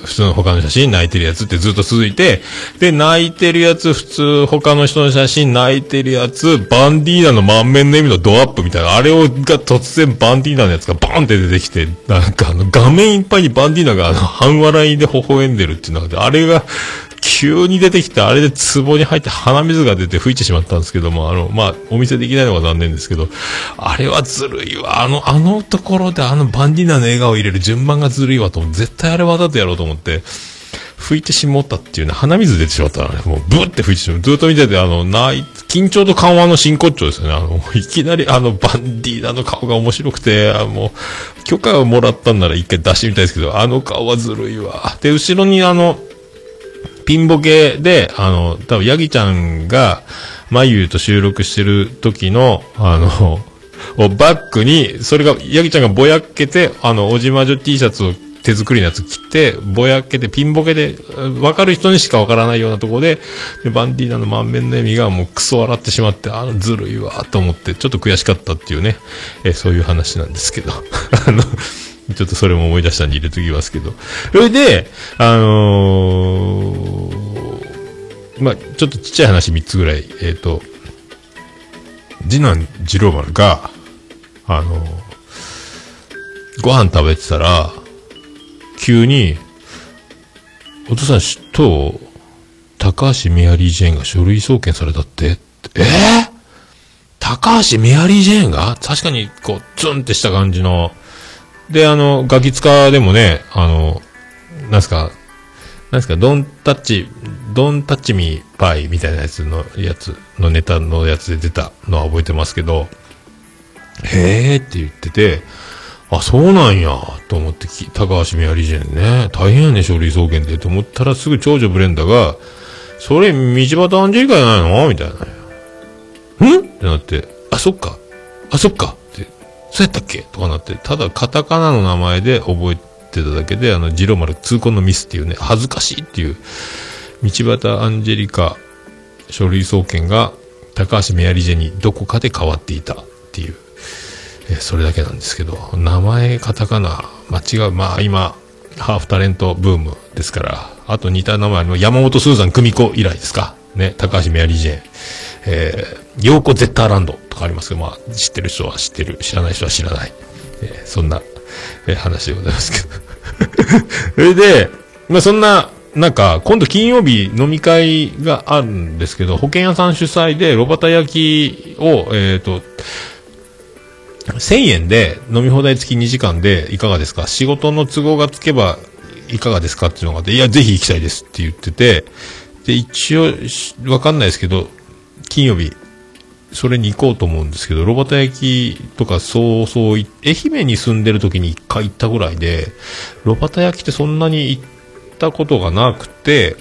普通の他の写真、泣いてるやつってずっと続いて、で、泣いてるやつ、普通、他の人の写真、泣いてるやつ、バンディーナの満面の笑みのドアップみたいな、あれを、が突然バンディーナのやつがバーンって出てきて、なんかあの、画面いっぱいにバンディーナがあの、半笑いで微笑んでるっていうのが、あれが、急に出てきて、あれで壺に入って鼻水が出て吹いてしまったんですけども、あの、まあ、お見せできないのが残念ですけど、あれはずるいわ。あの、あのところであのバンディーナの笑顔を入れる順番がずるいわと思って、絶対あれわざとやろうと思って、吹いてしまったっていうね、鼻水出てしまったらね、もうブーって吹いてしまう。ずっと見てて、あの、ない、緊張と緩和の真骨頂ですよね。あの、いきなりあのバンディーナの顔が面白くて、あもう、許可をもらったんなら一回出してみたいですけど、あの顔はずるいわ。で、後ろにあの、ピンボケで、あの、多分、ヤギちゃんが、まゆと収録してる時の、あの、をバックに、それが、ヤギちゃんがぼやけて、あの、おじまじょ T シャツを手作りのやつ着て、ぼやけて、ピンボケで、わかる人にしかわからないようなところで、で、バンディーナの満面の笑みがもうクソ笑ってしまって、あの、ずるいわ、と思って、ちょっと悔しかったっていうね、え、そういう話なんですけど、あの、ちょっとそれも思い出したんで入れときますけど。それで、あのー、まあ、ちょっとちっちゃい話みっつぐらい、えっと、次男次郎丸が、あのー、ご飯食べてたら、急に、お父さん知っとう、高橋メアリージェーンが書類送検されたって、えー、高橋メアリージェーンが確かに、こう、ツンってした感じの、で、あの、ガキ使でもね、あの、なんすか、なんすか、ドンタッチ、ドンタッチミーパイみたいなやつの、やつのネタのやつで出たのは覚えてますけど、へーって言ってて、あ、そうなんや、と思ってき、高橋メアリージェーンね、大変やね、書類送検で、と思ったらすぐ長女ブレンダが、それ、道端アンジェリカじゃないのみたいな。んってなって、あ、そっか、あ、そっか。そうやったっけとかなって、ただカタカナの名前で覚えてただけで、あの、ジローマル痛恨のミスっていうね、恥ずかしいっていう、道端アンジェリカ書類送検が高橋メアリージェにどこかで変わっていたっていう、えそれだけなんですけど、名前カタカナ間違う、まあ今、ハーフタレントブームですから、あと似た名前の山本スーザン久美子以来ですか。ね、高橋メアリージェン。えー、ヨーコゼッターランドとかありますけど、まあ、知ってる人は知ってる、知らない人は知らない。えー、そんな、えー、話でございますけど。それで、まあそんな、なんか、今度金曜日飲み会があるんですけど、保険屋さん主催で、炉端焼きを、えっと、せんえんで飲み放題付きにじかんでいかがですか？仕事の都合がつけばいかがですかっていうのがあって、いや、ぜひ行きたいですって言ってて、で、一応、わかんないですけど、金曜日、それに行こうと思うんですけど、炉端焼きとかそうそう、愛媛に住んでる時に一回行ったぐらいで、炉端焼きってそんなに行ったことがなくて、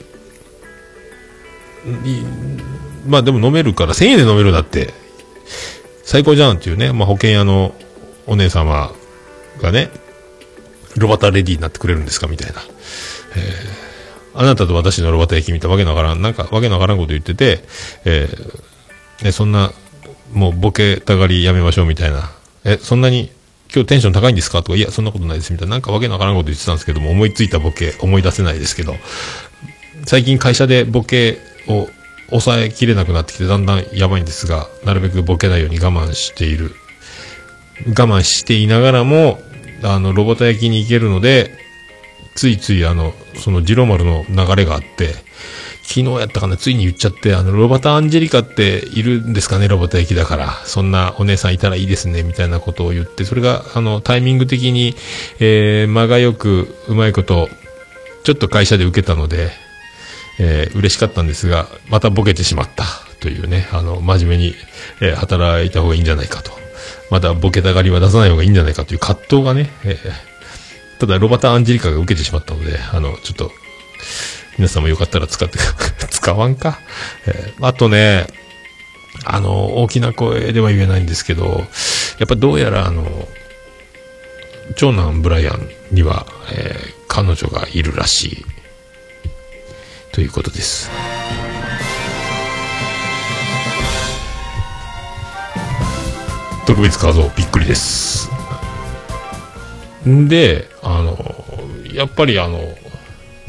まあでも飲めるから、せんえんで飲めるだって、最高じゃんっていうね、まあ保険屋のお姉様がね、炉端レディーになってくれるんですかみたいな。えーあなたと私の炉端焼き見たわけのわからん、なんかわけのわからんこと言ってて、えー、ね、そんな、もうボケたがりやめましょうみたいな。え、そんなに今日テンション高いんですかとか、いや、そんなことないですみたいな。なんかわけのわからんこと言ってたんですけども、思いついたボケ、思い出せないですけど、最近会社でボケを抑えきれなくなってきて、だんだんやばいんですが、なるべくボケないように我慢している。我慢していながらも、あの、炉端焼きに行けるので、ついついあの、そのジロマルの流れがあって、昨日やったかな、ついに言っちゃって、あの、ロバタ・アンジェリカっているんですかね、ロバタ駅だから。そんなお姉さんいたらいいですね、みたいなことを言って、それが、あの、タイミング的に、えー、間がよく、うまいこと、ちょっと会社で受けたので、えー、嬉しかったんですが、またボケてしまった、というね、あの、真面目に、えー、働いた方がいいんじゃないかと。またボケたがりは出さない方がいいんじゃないかという葛藤がね、えーただ、ロバタ・アンジェリカが受けてしまったので、あの、ちょっと、皆さんもよかったら使って、使わんか、えー、あとね、あの、大きな声では言えないんですけど、やっぱどうやら、あの、長男ブライアンには、えー、彼女がいるらしい、ということです。特別画像、びっくりです。んで、あの、やっぱりあの、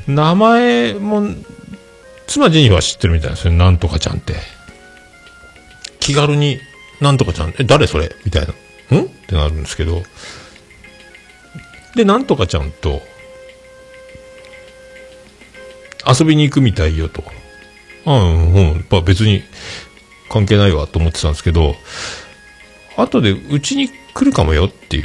名前も、妻ジェニファー知ってるみたいですよ。なんとかちゃんって。気軽に、なんとかちゃん、え、誰それみたいな。んってなるんですけど。で、なんとかちゃんと、遊びに行くみたいよと。うん、うん。まあ別に関係ないわと思ってたんですけど、後でうちに来るかもよっていう。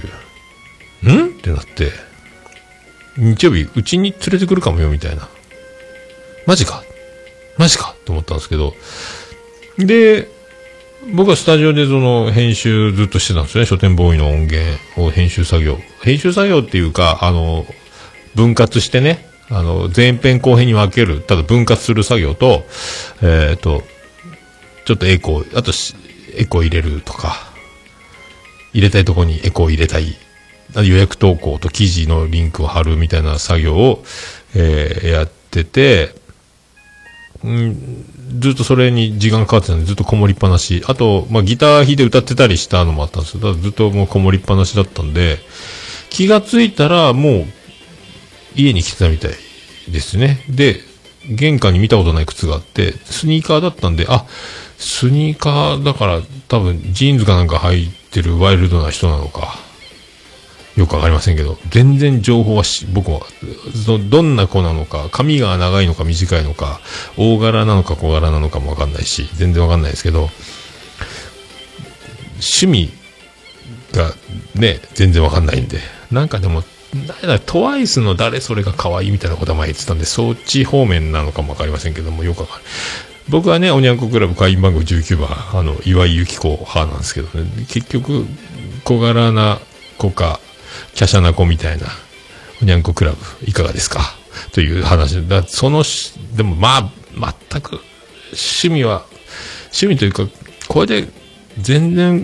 んってなって、日曜日うちに連れてくるかもよみたいな。マジかマジかと思ったんですけど、で、僕はスタジオでその編集ずっとしてたんですよね。書店ボーイの音源を編集作業。編集作業っていうか、あの、分割してね、あの、前編後編に分ける、ただ分割する作業と、えっと、ちょっとエコー、あとエコー入れるとか、入れたいとこにエコー入れたい、予約投稿と記事のリンクを貼るみたいな作業を、えー、やってて、んずっとそれに時間かかってたんでずっとこもりっぱなし。あと、まあ、ギター弾いて歌ってたりしたのもあったんですよ。だからずっともうこもりっぱなしだったんで、気がついたらもう家に来てたみたいですね。で、玄関に見たことない靴があって、スニーカーだったんで、あ、スニーカーだから多分ジーンズかなんか履いてるワイルドな人なのか。よくわかりませんけど、全然情報はし、僕は、どんな子なのか、髪が長いのか短いのか、大柄なのか小柄なのかもわかんないし、全然わかんないですけど、趣味がね、全然わかんないんで、なんかでも、誰だ、トワイスの誰それが可愛いみたいなことは前言ってたんで、そっち方面なのかもわかりませんけども、よくわかる。僕はね、おにゃんこクラブ会員番号じゅうきゅうばん、あの、岩井由紀子派なんですけどね、結局、小柄な子か、華奢な子みたいなおにゃんこクラブいかがですかという話だ。そのでもまあ全く趣味は趣味というかこれで全然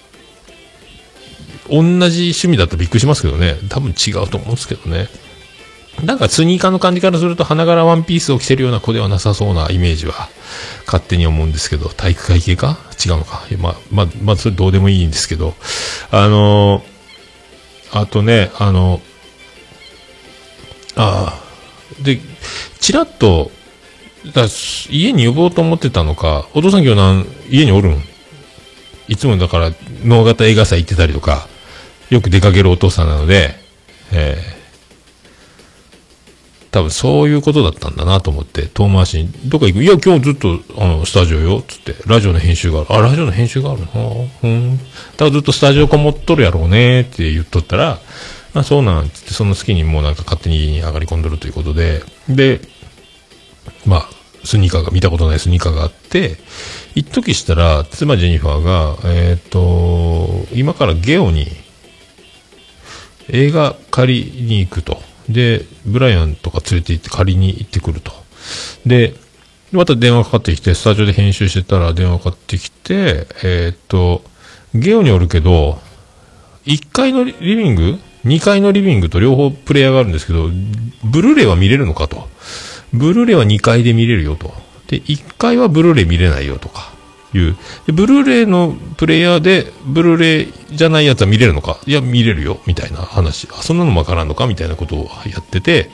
同じ趣味だとびっくりしますけどね。多分違うと思うんですけどね。なんかスニーカーの感じからすると花柄ワンピースを着てるような子ではなさそうなイメージは勝手に思うんですけど、体育会系か違うのか。まあまあまあそれどうでもいいんですけど、あのー。あとね、あの、ああ、で、ちらっと、だ家に呼ぼうと思ってたのか、お父さん今日なん家におるんいつもだから、能型映画祭行ってたりとか、よく出かけるお父さんなので、えー、多分そういうことだったんだなと思って、遠回しに、どっか行くいや、今日ずっと、あの、スタジオよ、つって、ラジオの編集がある。あ、ラジオの編集があるのうん。だからずっとスタジオこもっとるやろうね、って言っとったら、あ、そうなんつって、その月にもうなんか勝手に家に上がり込んどるということで、で、まあ、スニーカーが、見たことないスニーカーがあって、一時したら、妻ジェニファーが、えっと、今からゲオに、映画借りに行くと。で、ブライアンとか連れて行って借りに行ってくると。で、また電話かかってきて、スタジオで編集してたら電話かかってきて、えー、っと、ゲオにおるけど、いっかいのリビング ?に 階のリビングと両方プレイヤーがあるんですけど、ブルーレイは見れるのかと。ブルーレイはにかいで見れるよと。で、いっかいはブルーレイ見れないよとか。いう。で、ブルーレイのプレイヤーで、ブルーレイじゃないやつは見れるのかいや、見れるよ。みたいな話。あ、そんなのもわからんのかみたいなことをやってて、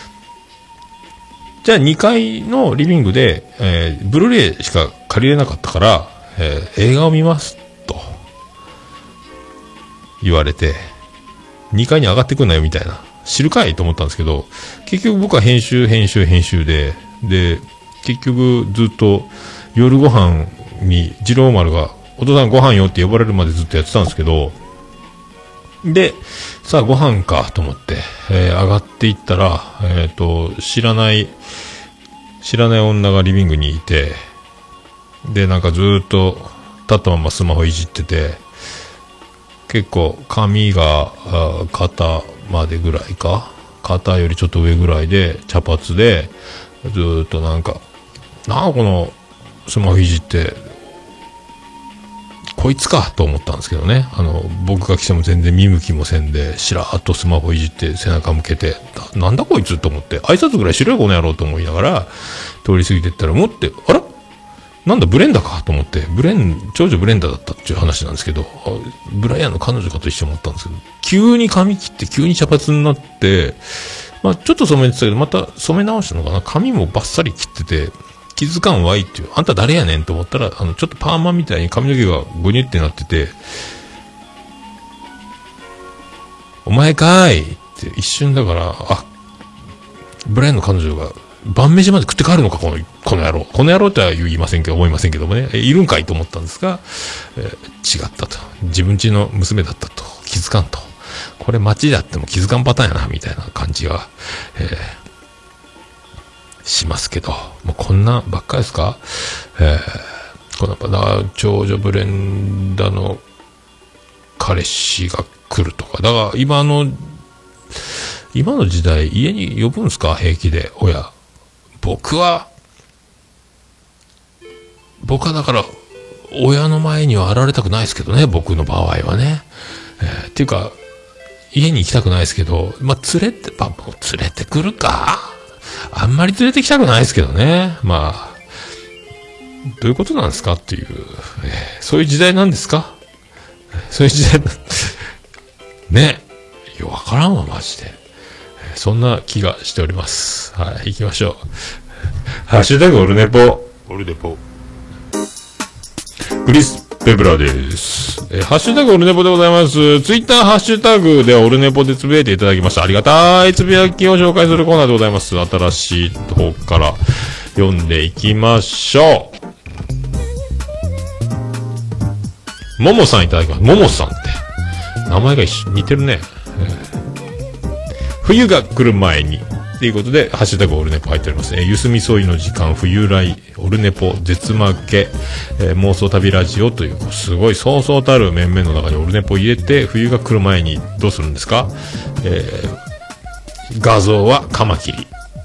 じゃあにかいのリビングで、えー、ブルーレイしか借りれなかったから、えー、映画を見ます。と。言われて、にかいに上がってくんなよみたいな。知るかいと思ったんですけど、結局僕は編集、編集、編集で、で、結局ずっと夜ご飯に次郎丸がお父さんご飯よって呼ばれるまでずっとやってたんですけど、でさあご飯かと思って、えー、上がっていったら、えっと知らない知らない女がリビングにいて、でなんかずーっと立ったままスマホいじってて、結構髪が肩までぐらいか、肩よりちょっと上ぐらいで茶髪でずーっとなんかなんかこのスマホいじってこいつかと思ったんですけどね。あの僕が来ても全然見向きもせんで、しらーっとスマホいじって背中向けて、な, なんだこいつと思って、挨拶ぐらいしろよこの野郎と思いながら通り過ぎてったら、もってあらなんだブレンダかと思って、ブレン長女ブレンダだったっていう話なんですけど、ブライアンの彼女かと一緒に思ったんですけど、急に髪切って急に茶髪になって、 まあ、ちょっと染めてたけど、また染め直したのかな。髪もバッサリ切ってて、気づかんわいっていう。あんた誰やねんと思ったら、あの、ちょっとパーマみたいに髪の毛がぐにゅってなってて、お前かーいって一瞬だから、あ、ブライアンの彼女が晩飯まで食って帰るのか、この、この野郎。この野郎っては言いませんけど、思いませんけどもね。え、いるんかいと思ったんですが、えー、違ったと。自分家の娘だったと。気づかんと。これ街であっても気づかんパターンやな、みたいな感じが、えー、しますけど。もうこんなばっかですか？えー、このだ長女ブレンダの彼氏が来るとか。だから今の、今の時代家に呼ぶんすか？平気で、親。僕は、僕はだから、親の前には現れたくないですけどね、僕の場合はね。えー、っていうか、家に行きたくないですけど、まあ、連れて、まあ、連れてくるか。あんまり連れてきたくないですけどね。まあ、どういうことなんですかっていう、えー、そういう時代なんですか？そういう時代な、ね。いや、わからんわ、マジで。そんな気がしております。はい、行きましょう。ハッシュタグオルネポ。オルネポ。クリス・ペブラです。えー、ハッシュタグオルネポでございます。ツイッターハッシュタグでオルネポでつぶやいていただきました。ありがたいつぶやきを紹介するコーナーでございます。新しい方から読んでいきましょう。ももさんいただきます。ももさんって。名前が一緒、似てるね。えー冬が来る前にということでハッシュタグオルネポ入っておりますね。ゆすみそいの時間、冬来、オルネポ、絶負け、えー、妄想旅ラジオというすごいそうそうたる面々の中にオルネポ入れて、冬が来る前にどうするんですか？えー、画像はカマキリ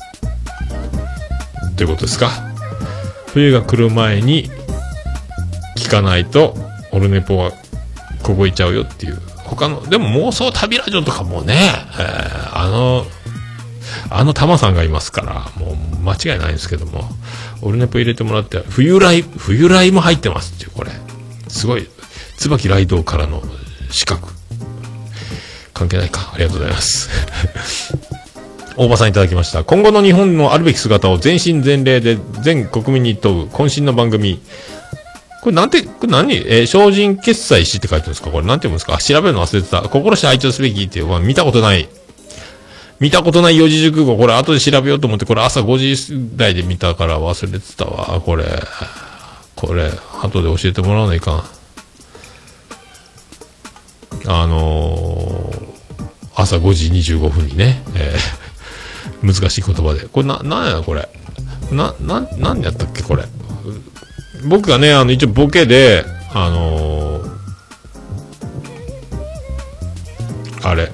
ということですか？冬が来る前に聞かないとオルネポは凍えちゃうよっていう。他の、でも妄想旅ラジオとかもね、えー、あの、あのタマさんがいますから、もう間違いないんですけども、オルネポ入れてもらって、冬来、冬来も入ってますっていう、これ。すごい、椿ライドからの資格。関係ないか。ありがとうございます。大場さんいただきました。今後の日本のあるべき姿を全身全霊で全国民に問う渾身の番組。これなんて、これ何えー、精進決済しって書いてるんですか？これなんて読むんですか？調べるの忘れてた。心して愛聴すべきっていう、まあ、見たことない。見たことない四字熟語。これ後で調べようと思って、これ朝ごじ台で見たから忘れてたわ。これ。これ、後で教えてもらわないかん。あのー、朝ごじにじゅうごふんにね、えー、難しい言葉で。これな、なんやこれ。な、な、なんやったっけこれ。僕がね、あの、一応ボケで、あのー、あれ。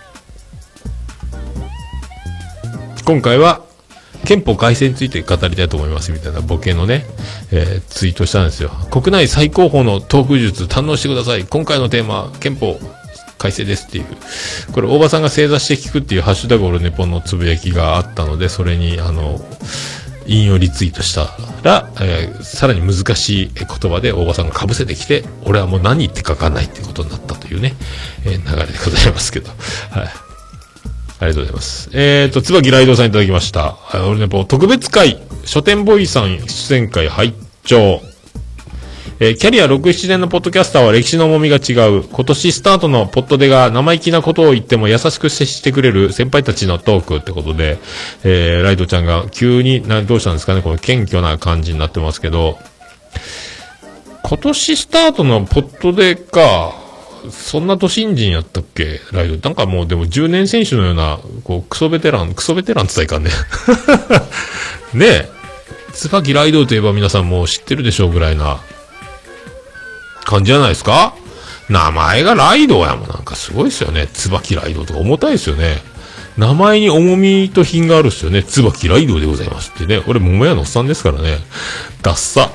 今回は、憲法改正について語りたいと思いますみたいなボケのね、えー、ツイートしたんですよ。国内最高峰のトーク術堪能してください。今回のテーマは憲法改正ですっていう。これ、大場さんが正座して聞くっていうハッシュタグオルネポンのつぶやきがあったので、それに、あの、引用リツイートしたら、えー、さらに難しい言葉で大場さんが被せてきて、俺はもう何言ってか分かんないっていうことになったというね、えー、流れでございますけど。はい。ありがとうございます。えーと、椿ライドさんいただきました。俺ね、特別会、書店ボーイさん出演会拝聴。えー、キャリアろく、ななねんのポッドキャスターは歴史の重みが違う。今年スタートのポッドでが生意気なことを言っても優しく接してくれる先輩たちのトークってことで、えー、ライドちゃんが急にな、どうしたんですかね、この謙虚な感じになってますけど、今年スタートのポッドでか、そんな都心人やったっけライド。なんかもうでもじゅうねん選手のような、こう、クソベテラン、クソベテランって言ったらいかんね。ねえ。椿ライドといえば皆さんもう知ってるでしょうぐらいな感じじゃないですか。名前がライドやもん。なんかすごいですよね。椿ライドとか重たいですよね。名前に重みと品があるっすよね。椿ライドでございますってね。俺桃屋のおっさんですからね。ダッサ。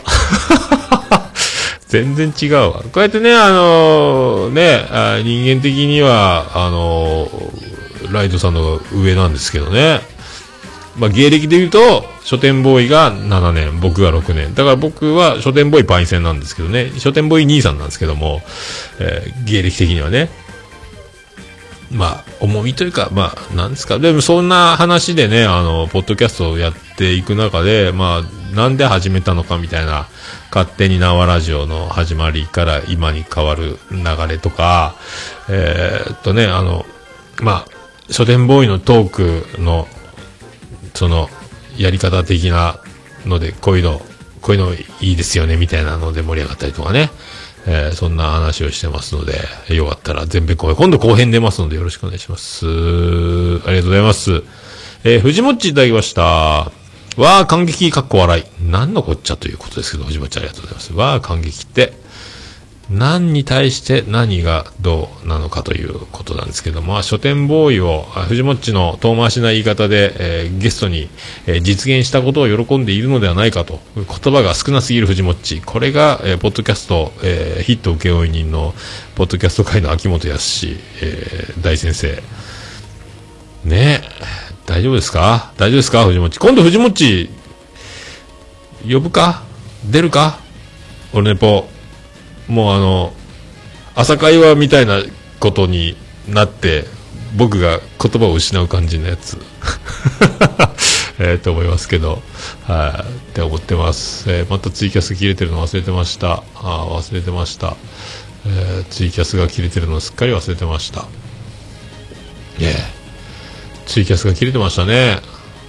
全然違うわ。こうやってね、あのー、ねあ、人間的には、あのー、ライドさんの上なんですけどね。まあ、芸歴で言うと、書店ボーイがななねん、僕がろくねん。だから僕は書店ボーイパイセンなんですけどね。書店ボーイ兄さんなんですけども、えー、芸歴的にはね。 まあ、重みというか、まあ、なんですか。でも、そんな話でね、あの、ポッドキャストをやっていく中で、まあ、なんで始めたのかみたいな、勝手に縄ラジオの始まりから今に変わる流れとか、えー、っとね、あの、まあ、書店ボーイのトークの、その、やり方的なので、こういうの、こういうのいいですよね、みたいなので盛り上がったりとかね。えー、そんな話をしてますので、よかったら前編後編、今度後編出ますのでよろしくお願いします。ありがとうございます。えー、藤もっちいただきました。わー、感激、かっこ笑い。何のこっちゃということですけど、藤もっちありがとうございます。わー、感激って、何に対して何がどうなのかということなんですけども、まあ、書店ボーイを、藤もっちの遠回しな言い方で、えー、ゲストに、えー、実現したことを喜んでいるのではないかと、言葉が少なすぎる藤もっち。これが、えー、ポッドキャスト、えー、ヒット請負人の、ポッドキャスト界の秋元康、えー、大先生。ねえ、大丈夫ですか大丈夫ですか藤もっち。今度藤もっち、呼ぶか出るかオルネポ。もうあの、朝会話みたいなことになって、僕が言葉を失う感じのやつ。えーと思いますけど、はい、って思ってます。えー、またツイキャス切れてるの忘れてました。あ忘れてました。えー、ツイキャスが切れてるのすっかり忘れてました。ねえ、ツイキャスが切れてましたね。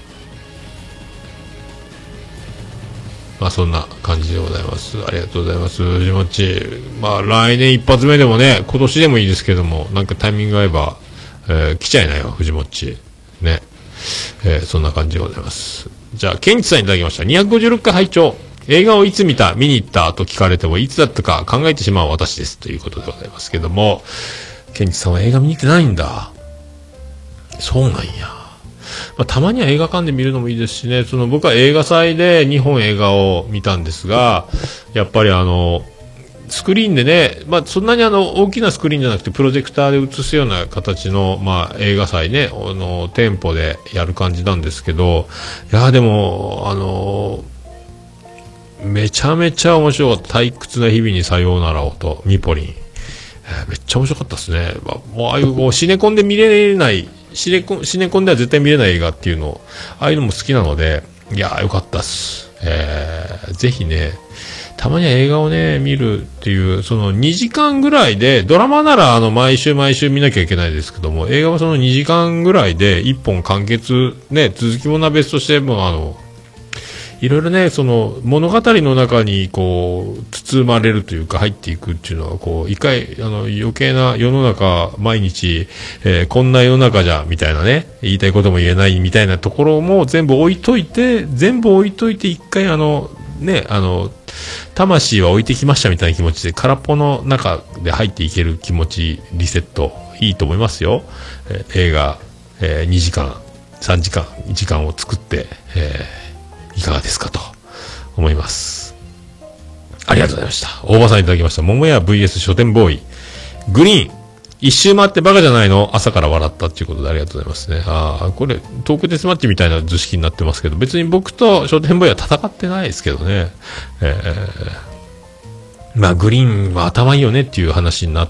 まあそんな感じでございます。ありがとうございます。藤もっち。まあ来年一発目でもね、今年でもいいですけども、なんかタイミング合えば、えー、来ちゃいなよ、藤もっち。ね。えー、そんな感じでございます。じゃあ、ケンチさんいただきました。にひゃくごじゅうろっかい拝聴。映画をいつ見た見に行ったと聞かれても、いつだったか考えてしまう私です。ということでございますけども、ケンチさんは映画見に行ってないんだ。そうなんや。まあ、たまには映画館で見るのもいいですしね、その僕は映画祭で日本映画を見たんですが、やっぱりあの、スクリーンでね、まあ、そんなにあの、大きなスクリーンじゃなくて、プロジェクターで映すような形の、まあ、映画祭ね、あの、店舗でやる感じなんですけど、いや、でも、あの、めちゃめちゃ面白かった。退屈な日々にさようならをと、ミポリン。えー、めっちゃ面白かったですね。まあ、もうああいうこうシネコンで見れない、シネコン、シネコンでは絶対見れない映画っていうの、ああいうのも好きなので、いやーよかったっす。えー、ぜひね、たまには映画をね、見るっていう、そのにじかんぐらいで、ドラマならあの、毎週毎週見なきゃいけないですけども、映画はそのにじかんぐらいでいっぽん完結、ね、続きものは別として、もうあの、いろいろね、その物語の中にこう包まれるというか入っていくっていうのはこう一回あの余計な世の中毎日、えー、こんな世の中じゃみたいなね言いたいことも言えないみたいなところも全部置いといて全部置いといて一回あのねあの魂は置いてきましたみたいな気持ちで空っぽの中で入っていける気持ちリセットいいと思いますよ。えー、映画、えー、にじかんさんじかん時間を作って、えーいかがですかと思います。ありがとうございました。大場さんいただきました。桃屋 ブイエス 書店ボーイ。グリーン。一周回ってバカじゃないの朝から笑ったっていうことでありがとうございますね。ああ、これ、トークデスマッチみたいな図式になってますけど、別に僕と書店ボーイは戦ってないですけどね。えー、まあ、グリーンは頭いいよねっていう話になって、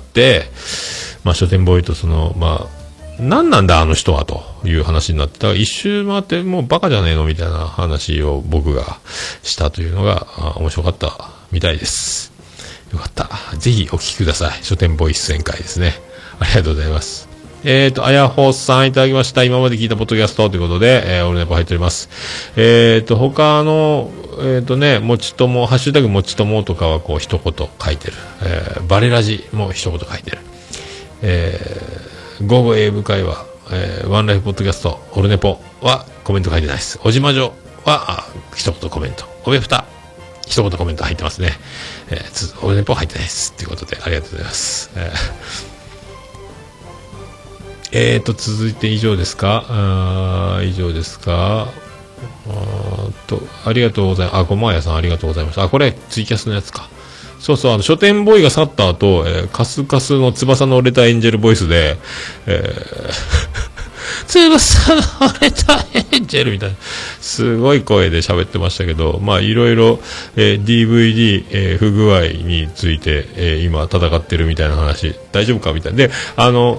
まあ、書店ボーイとその、まあ、何なんだあの人はという話になってた。一周回ってもうバカじゃねえのみたいな話を僕がしたというのが面白かったみたいです。よかった。ぜひお聞きください。書店ボーイ出演会ですね。ありがとうございます。えっと、あやほさんいただきました。今まで聞いたポッドキャストということで、えー、オルネポ入っております。えっと、他の、えっとね、もちとも、ハッシュタグもちともとかはこう一言書いてる。えー、バレラジも一言書いてる。えー午後英語会話、えー、ワンライフポッドキャスト、オルネポはコメント書いてないです。おじまじょは、一言コメント。おべふた、一言コメント入ってますね。えー、オルネポ入ってないです。ということで、ありがとうございます。えー、えーと、続いて以上ですかあ以上ですかあと、ありがとうございます。あ、ごまやさんありがとうございました。あ、これ、ツイキャスのやつか。そうそう、あの、書店ボーイが去った後、えー、カスカスの翼の折れたエンジェルボイスで、えー、翼の折れたエンジェルみたいな、すごい声で喋ってましたけど、まあ、いろいろ、えー、ディーブイディー、えー、不具合について、えー、今戦ってるみたいな話、大丈夫かみたいな。で、あの、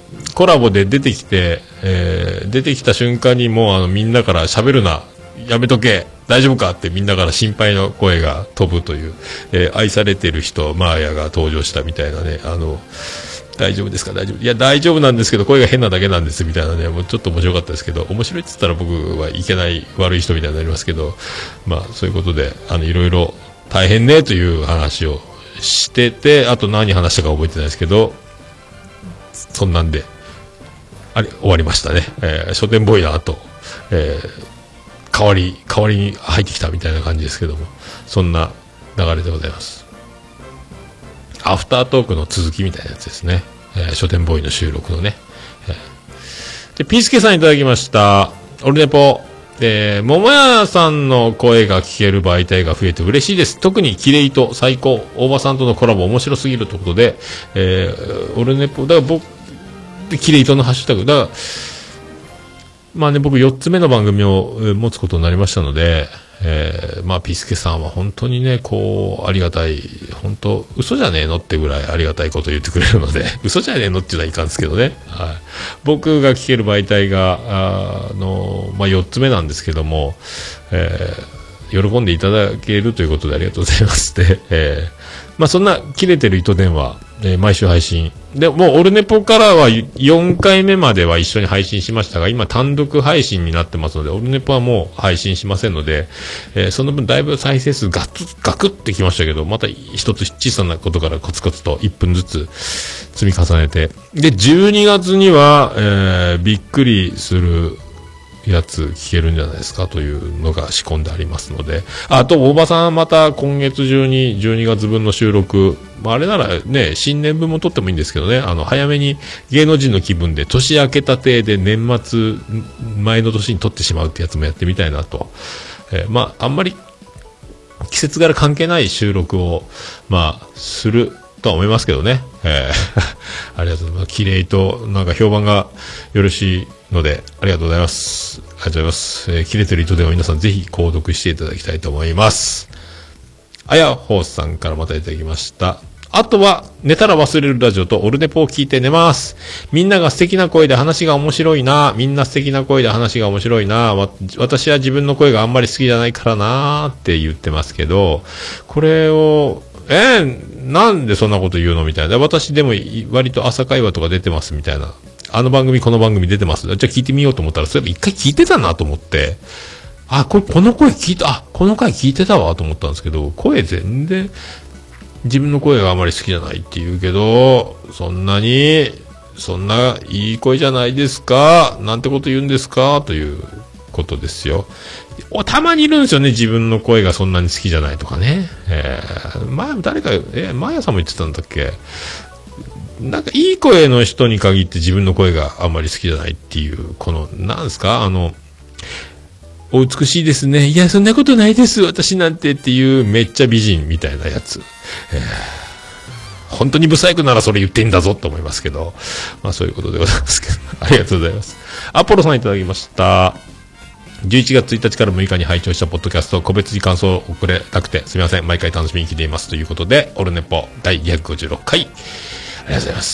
コラボで出てきて、えー、出てきた瞬間にもうあのみんなから喋るな、やめとけ、大丈夫かってみんなから心配の声が飛ぶという、えー、愛されてる人、マーヤが登場したみたいなね、あの、大丈夫ですか大丈夫いや大丈夫なんですけど声が変なだけなんですみたいなね、もうちょっと面白かったですけど、面白いって言ったら僕はいけない悪い人みたいになりますけど、まあそういうことであのいろいろ大変ねという話をしてて、あと何話したか覚えてないですけど、そんなんであれ終わりましたね。えー、書店ボーイの後、えー、代わり代わりに入ってきたみたいな感じですけども、そんな流れでございます。アフタートークの続きみたいなやつですね。えー、書店ボーイの収録のね。えー、で、ピースケさんいただきました。オルネポ。えー、桃屋さんの声が聞ける媒体が増えて嬉しいです。特にキレイと最高。大場さんとのコラボ面白すぎるということで、えー、オルネポ、だから僕、キレイとのハッシュタグ。だから、まあね、僕よっつめの番組を持つことになりましたので、えー、まあピースケさんは本当にね、こうありがたい、本当嘘じゃねえのってぐらいありがたいことを言ってくれるので、嘘じゃねえのっていうのはいかんですけどね、はい、僕が聞ける媒体があの、まあ、よっつめなんですけども、えー、喜んでいただけるということでありがとうございますで、えー、まあそんな切れてる糸電話、えー、毎週配信で、もうオルネポからはよんかいめまでは一緒に配信しましたが、今単独配信になってますので、オルネポはもう配信しませんので、えー、その分だいぶ再生数ガツガクってきましたけど、また一つ小さなことからコツコツといっぷんずつ積み重ねて、でじゅうにがつには、えー、びっくりするやつ聞けるんじゃないですかというのが仕込んでありますので、あと大場さんまた今月中にじゅうにがつぶんの収録、まあ、あれならね新年分も撮ってもいいんですけどね、あの早めに芸能人の気分で年明けたてで年末前の年に撮ってしまうってやつもやってみたいなと、えー、まああんまり季節柄関係ない収録をまあするとは思いますけどね、えー、ありがとうございます。綺麗となんか評判がよろしいのでありがとうございます。ありがとうございます。えー、切れてる糸では皆さんぜひ購読していただきたいと思います。あやほうさんからまたいただきました。あとは寝たら忘れるラジオとオルネポを聞いて寝ます。みんなが素敵な声で話が面白いな。みんな素敵な声で話が面白いな。わ私は自分の声があんまり好きじゃないからなって言ってますけど、これをえー、なんでそんなこと言うのみたいな。私でも割と朝会話とか出てますみたいな。あの番組この番組出てます。じゃあ聞いてみようと思ったら、それ一回聞いてたなと思って、あ、これこの声聞いた、あ、この回聞いてたわと思ったんですけど、声全然自分の声があまり好きじゃないって言うけど、そんなにそんないい声じゃないですか、なんてこと言うんですかということですよ。おたまにいるんですよね、自分の声がそんなに好きじゃないとかね。えー、前誰か、えー、マヤさんも言ってたんだっけ。なんかいい声の人に限って自分の声があんまり好きじゃないっていう、このなんですか、あのお美しいですね、いやそんなことないです私なんてっていうめっちゃ美人みたいなやつ、えー、本当にブサイクならそれ言ってんだぞと思いますけど、まあそういうことでございますけどありがとうございます。アポロさんいただきました。じゅういちがつついたちからむいかに拝聴したポッドキャスト、個別に感想を送れなくてすみません、毎回楽しみに聞いていますということで、オルネポだいにひゃくごじゅうろっかい、ありがとうございます。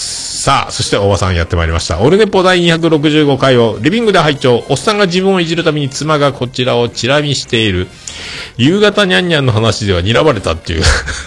さあ、そして大場さんやってまいりました。オルネポだいにひゃくろくじゅうごかいをリビングで拝聴。おっさんが自分をいじるために妻がこちらをチラ見している。夕方にゃんにゃんの話では睨まれたっていう。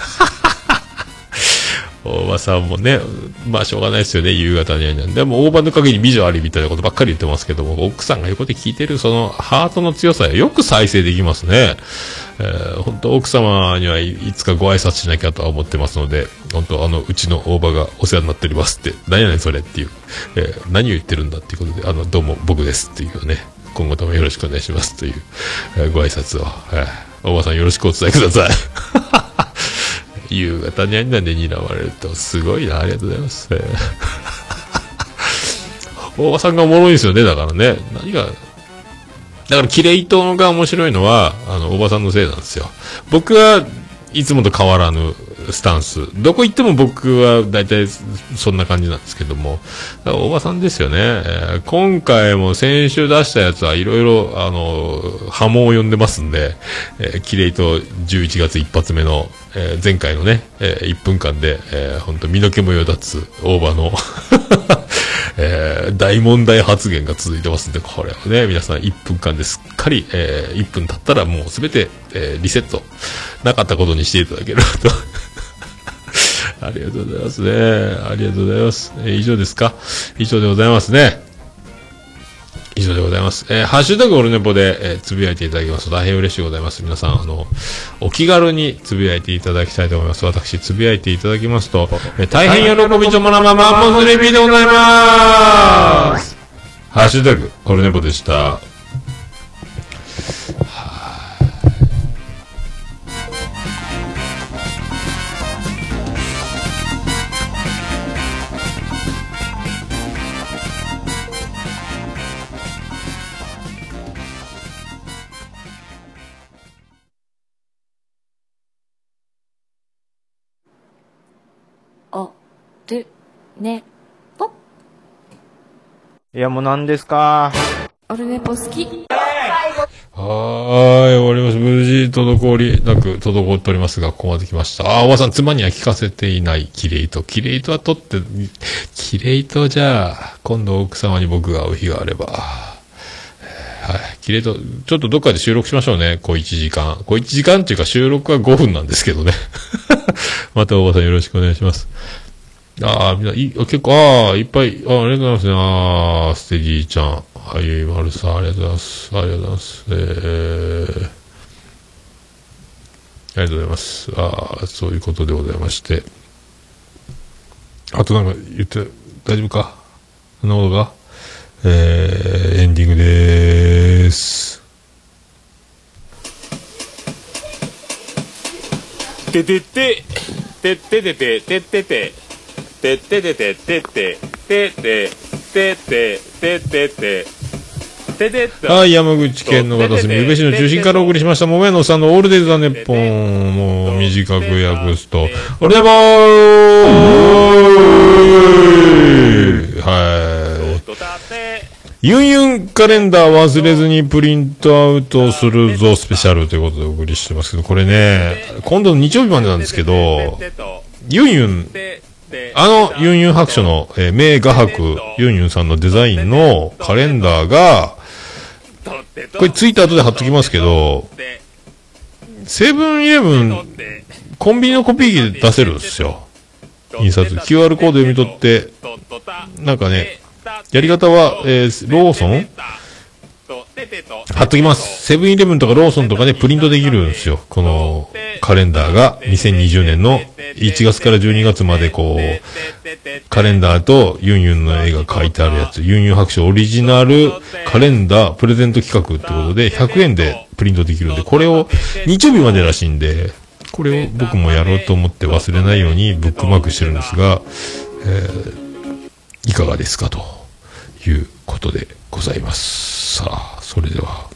大場さんもね、まあしょうがないですよね、夕方にゃんにゃん。でも大場の陰に美女ありみたいなことばっかり言ってますけども、奥さんが横で聞いてるそのハートの強さよく再生できますね。えー、本当奥様にはいつかご挨拶しなきゃとは思ってますので、本当あのうちの大場がお世話になっておりますって、何やねんそれっていう、えー、何を言ってるんだっていうことで、あのどうも僕ですっていうね、今後ともよろしくお願いしますという、えー、ご挨拶を、えー、大場さんよろしくお伝えください。夕方にゃんにゃんで睨まれるとすごいな、ありがとうございます。えー、大場さんがおもろいですよね、だからね、何がだからキレイトが面白いのはあのおばさんのせいなんですよ。僕はいつもと変わらぬスタンス、どこ行っても僕は大体そんな感じなんですけども、だからおばさんですよね。えー、今回も先週出したやつはいろいろあの波紋を呼んでますんで、えー、キレイトじゅういちがつ一発目の、えー、前回のね、えー、いっぷんかんで、えー、ほんと身の毛もよだつ大場の、ええー、大問題発言が続いてますんで、これはね、皆さんいっぷんかんですっかり、えー、いっぷん経ったらもうすべて、えー、リセット、なかったことにしていただけると。ありがとうございますね。ありがとうございます。えー、以上ですか？以上でございますね。以上でございます。えー、ハッシュタグオルネポで、えー、つぶやいていただきますと大変嬉しいございます。皆さん、あの、お気軽につぶやいていただきたいと思います。私、つぶやいていただきますと、えー、大変喜びちょまなままモンスレビーでございます。ハッシュタグオルネポでした。 おるねぽ。 いやもう何ですか。 オルネポ好き。 はーい、終わります。無事、滞りなく滞っておりますが、ここまで来ました。あー、おばさん、妻には聞かせていないキレイト。キレイトは取って、キレイトじゃあ、今度奥様に僕が会う日があれば。はい、キレイト、ちょっとどっかで収録しましょうね。小いちじかん。小いちじかんっていうか収録はごふんなんですけどね。またおばさんよろしくお願いします。ああ、みんな、い、結構、ああ、いっぱい、ああ、ありがとうございますね。ああ、ステディちゃん。はい、マルさん、ありがとうございます。ありがとうございます。えー、ありがとうございます。ああ、そういうことでございまして。あとなんか言って、大丈夫か？そんなことか？えー、エンディングでーす。 ててて、てててて、ててて、てててて、ててて、ててて、ててて、ててて。 はい、山口県の片隅、宇部市の中心からお送りしました、もめのさんのオールデイズ・ザ・ネッポン。もう短く訳すと、俺でもーはい。ユンユンカレンダー忘れずにプリントアウトするぞスペシャルということでお送りしてますけど、これね、今度の日曜日までなんですけど、ユンユン、あのユンユン白書の、えー、名画伯ユンユンさんのデザインのカレンダーが、これツイッター後で貼っときますけど、セブンイレブン、コンビニのコピー機で出せるんですよ。印刷。キューアール コード読み取って、なんかね、やり方は、えー、ローソン貼っときます。セブンイレブンとかローソンとかでプリントできるんですよ。このカレンダーがにせんにじゅうねんのいちがつからじゅうにがつまでこう、カレンダーとユンユンの絵が描いてあるやつ。ユンユン白書オリジナルカレンダープレゼント企画ってことでひゃくえんでプリントできるんで、これを日曜日までらしいんで、これを僕もやろうと思って忘れないようにブックマークしてるんですが、えー、いかがですかということでございます。さあ、それでは。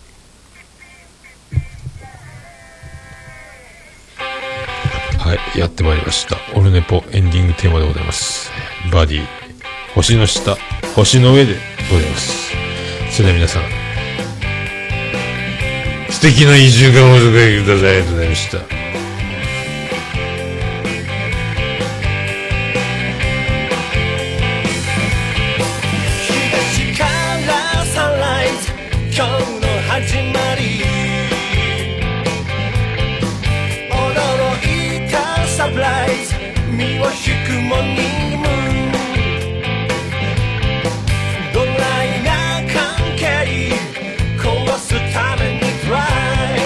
はい、やってまいりました。オルネポエンディングテーマでございます。バディ、星の下、星の上でございます。それでは皆さん、素敵な一週間をお過ごしください。ありがとうございました。 今日の始まり、驚いたサプライズ、身を引くモーニングムーン、ドライな関係壊すためにトライ、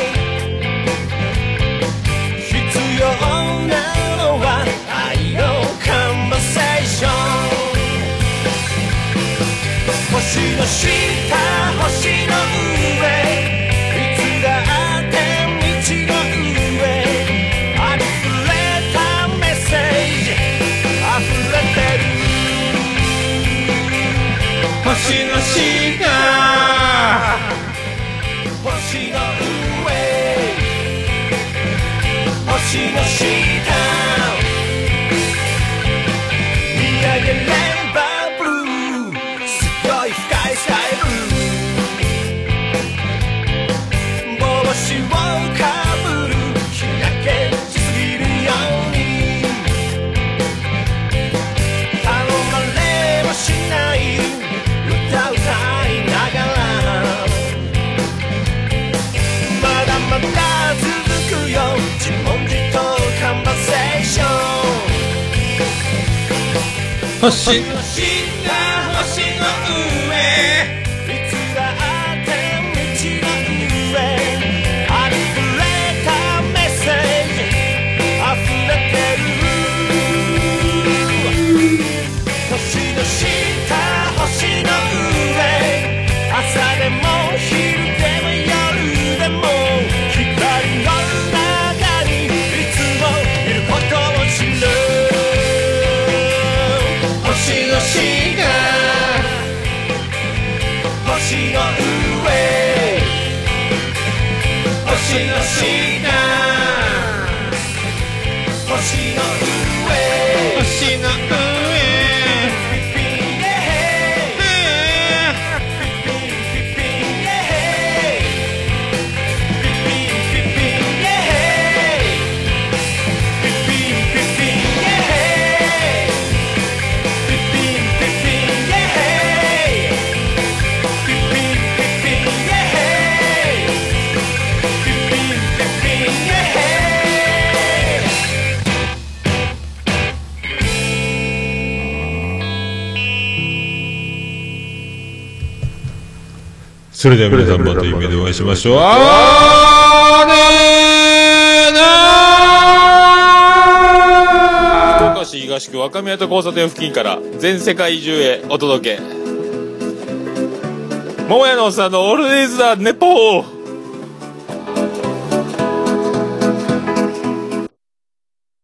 必要なのは愛のカンバセーション、星の下星の上、いつだって道の上、あふれたメッセージ、あふれ星の下星の上いつだって道の上ありふれたメッセージ溢れてる星の下星の上朝でも昼でも夜でも光の中にいつもいることを知る星の下星の上星の下星の上星の上それでは皆さんまた夢でお会いしましょう。あーねーなー福岡市東区若宮と交差点付近から全世界中へお届け桃屋のおっさんのオールディーズ・ザ・ネポー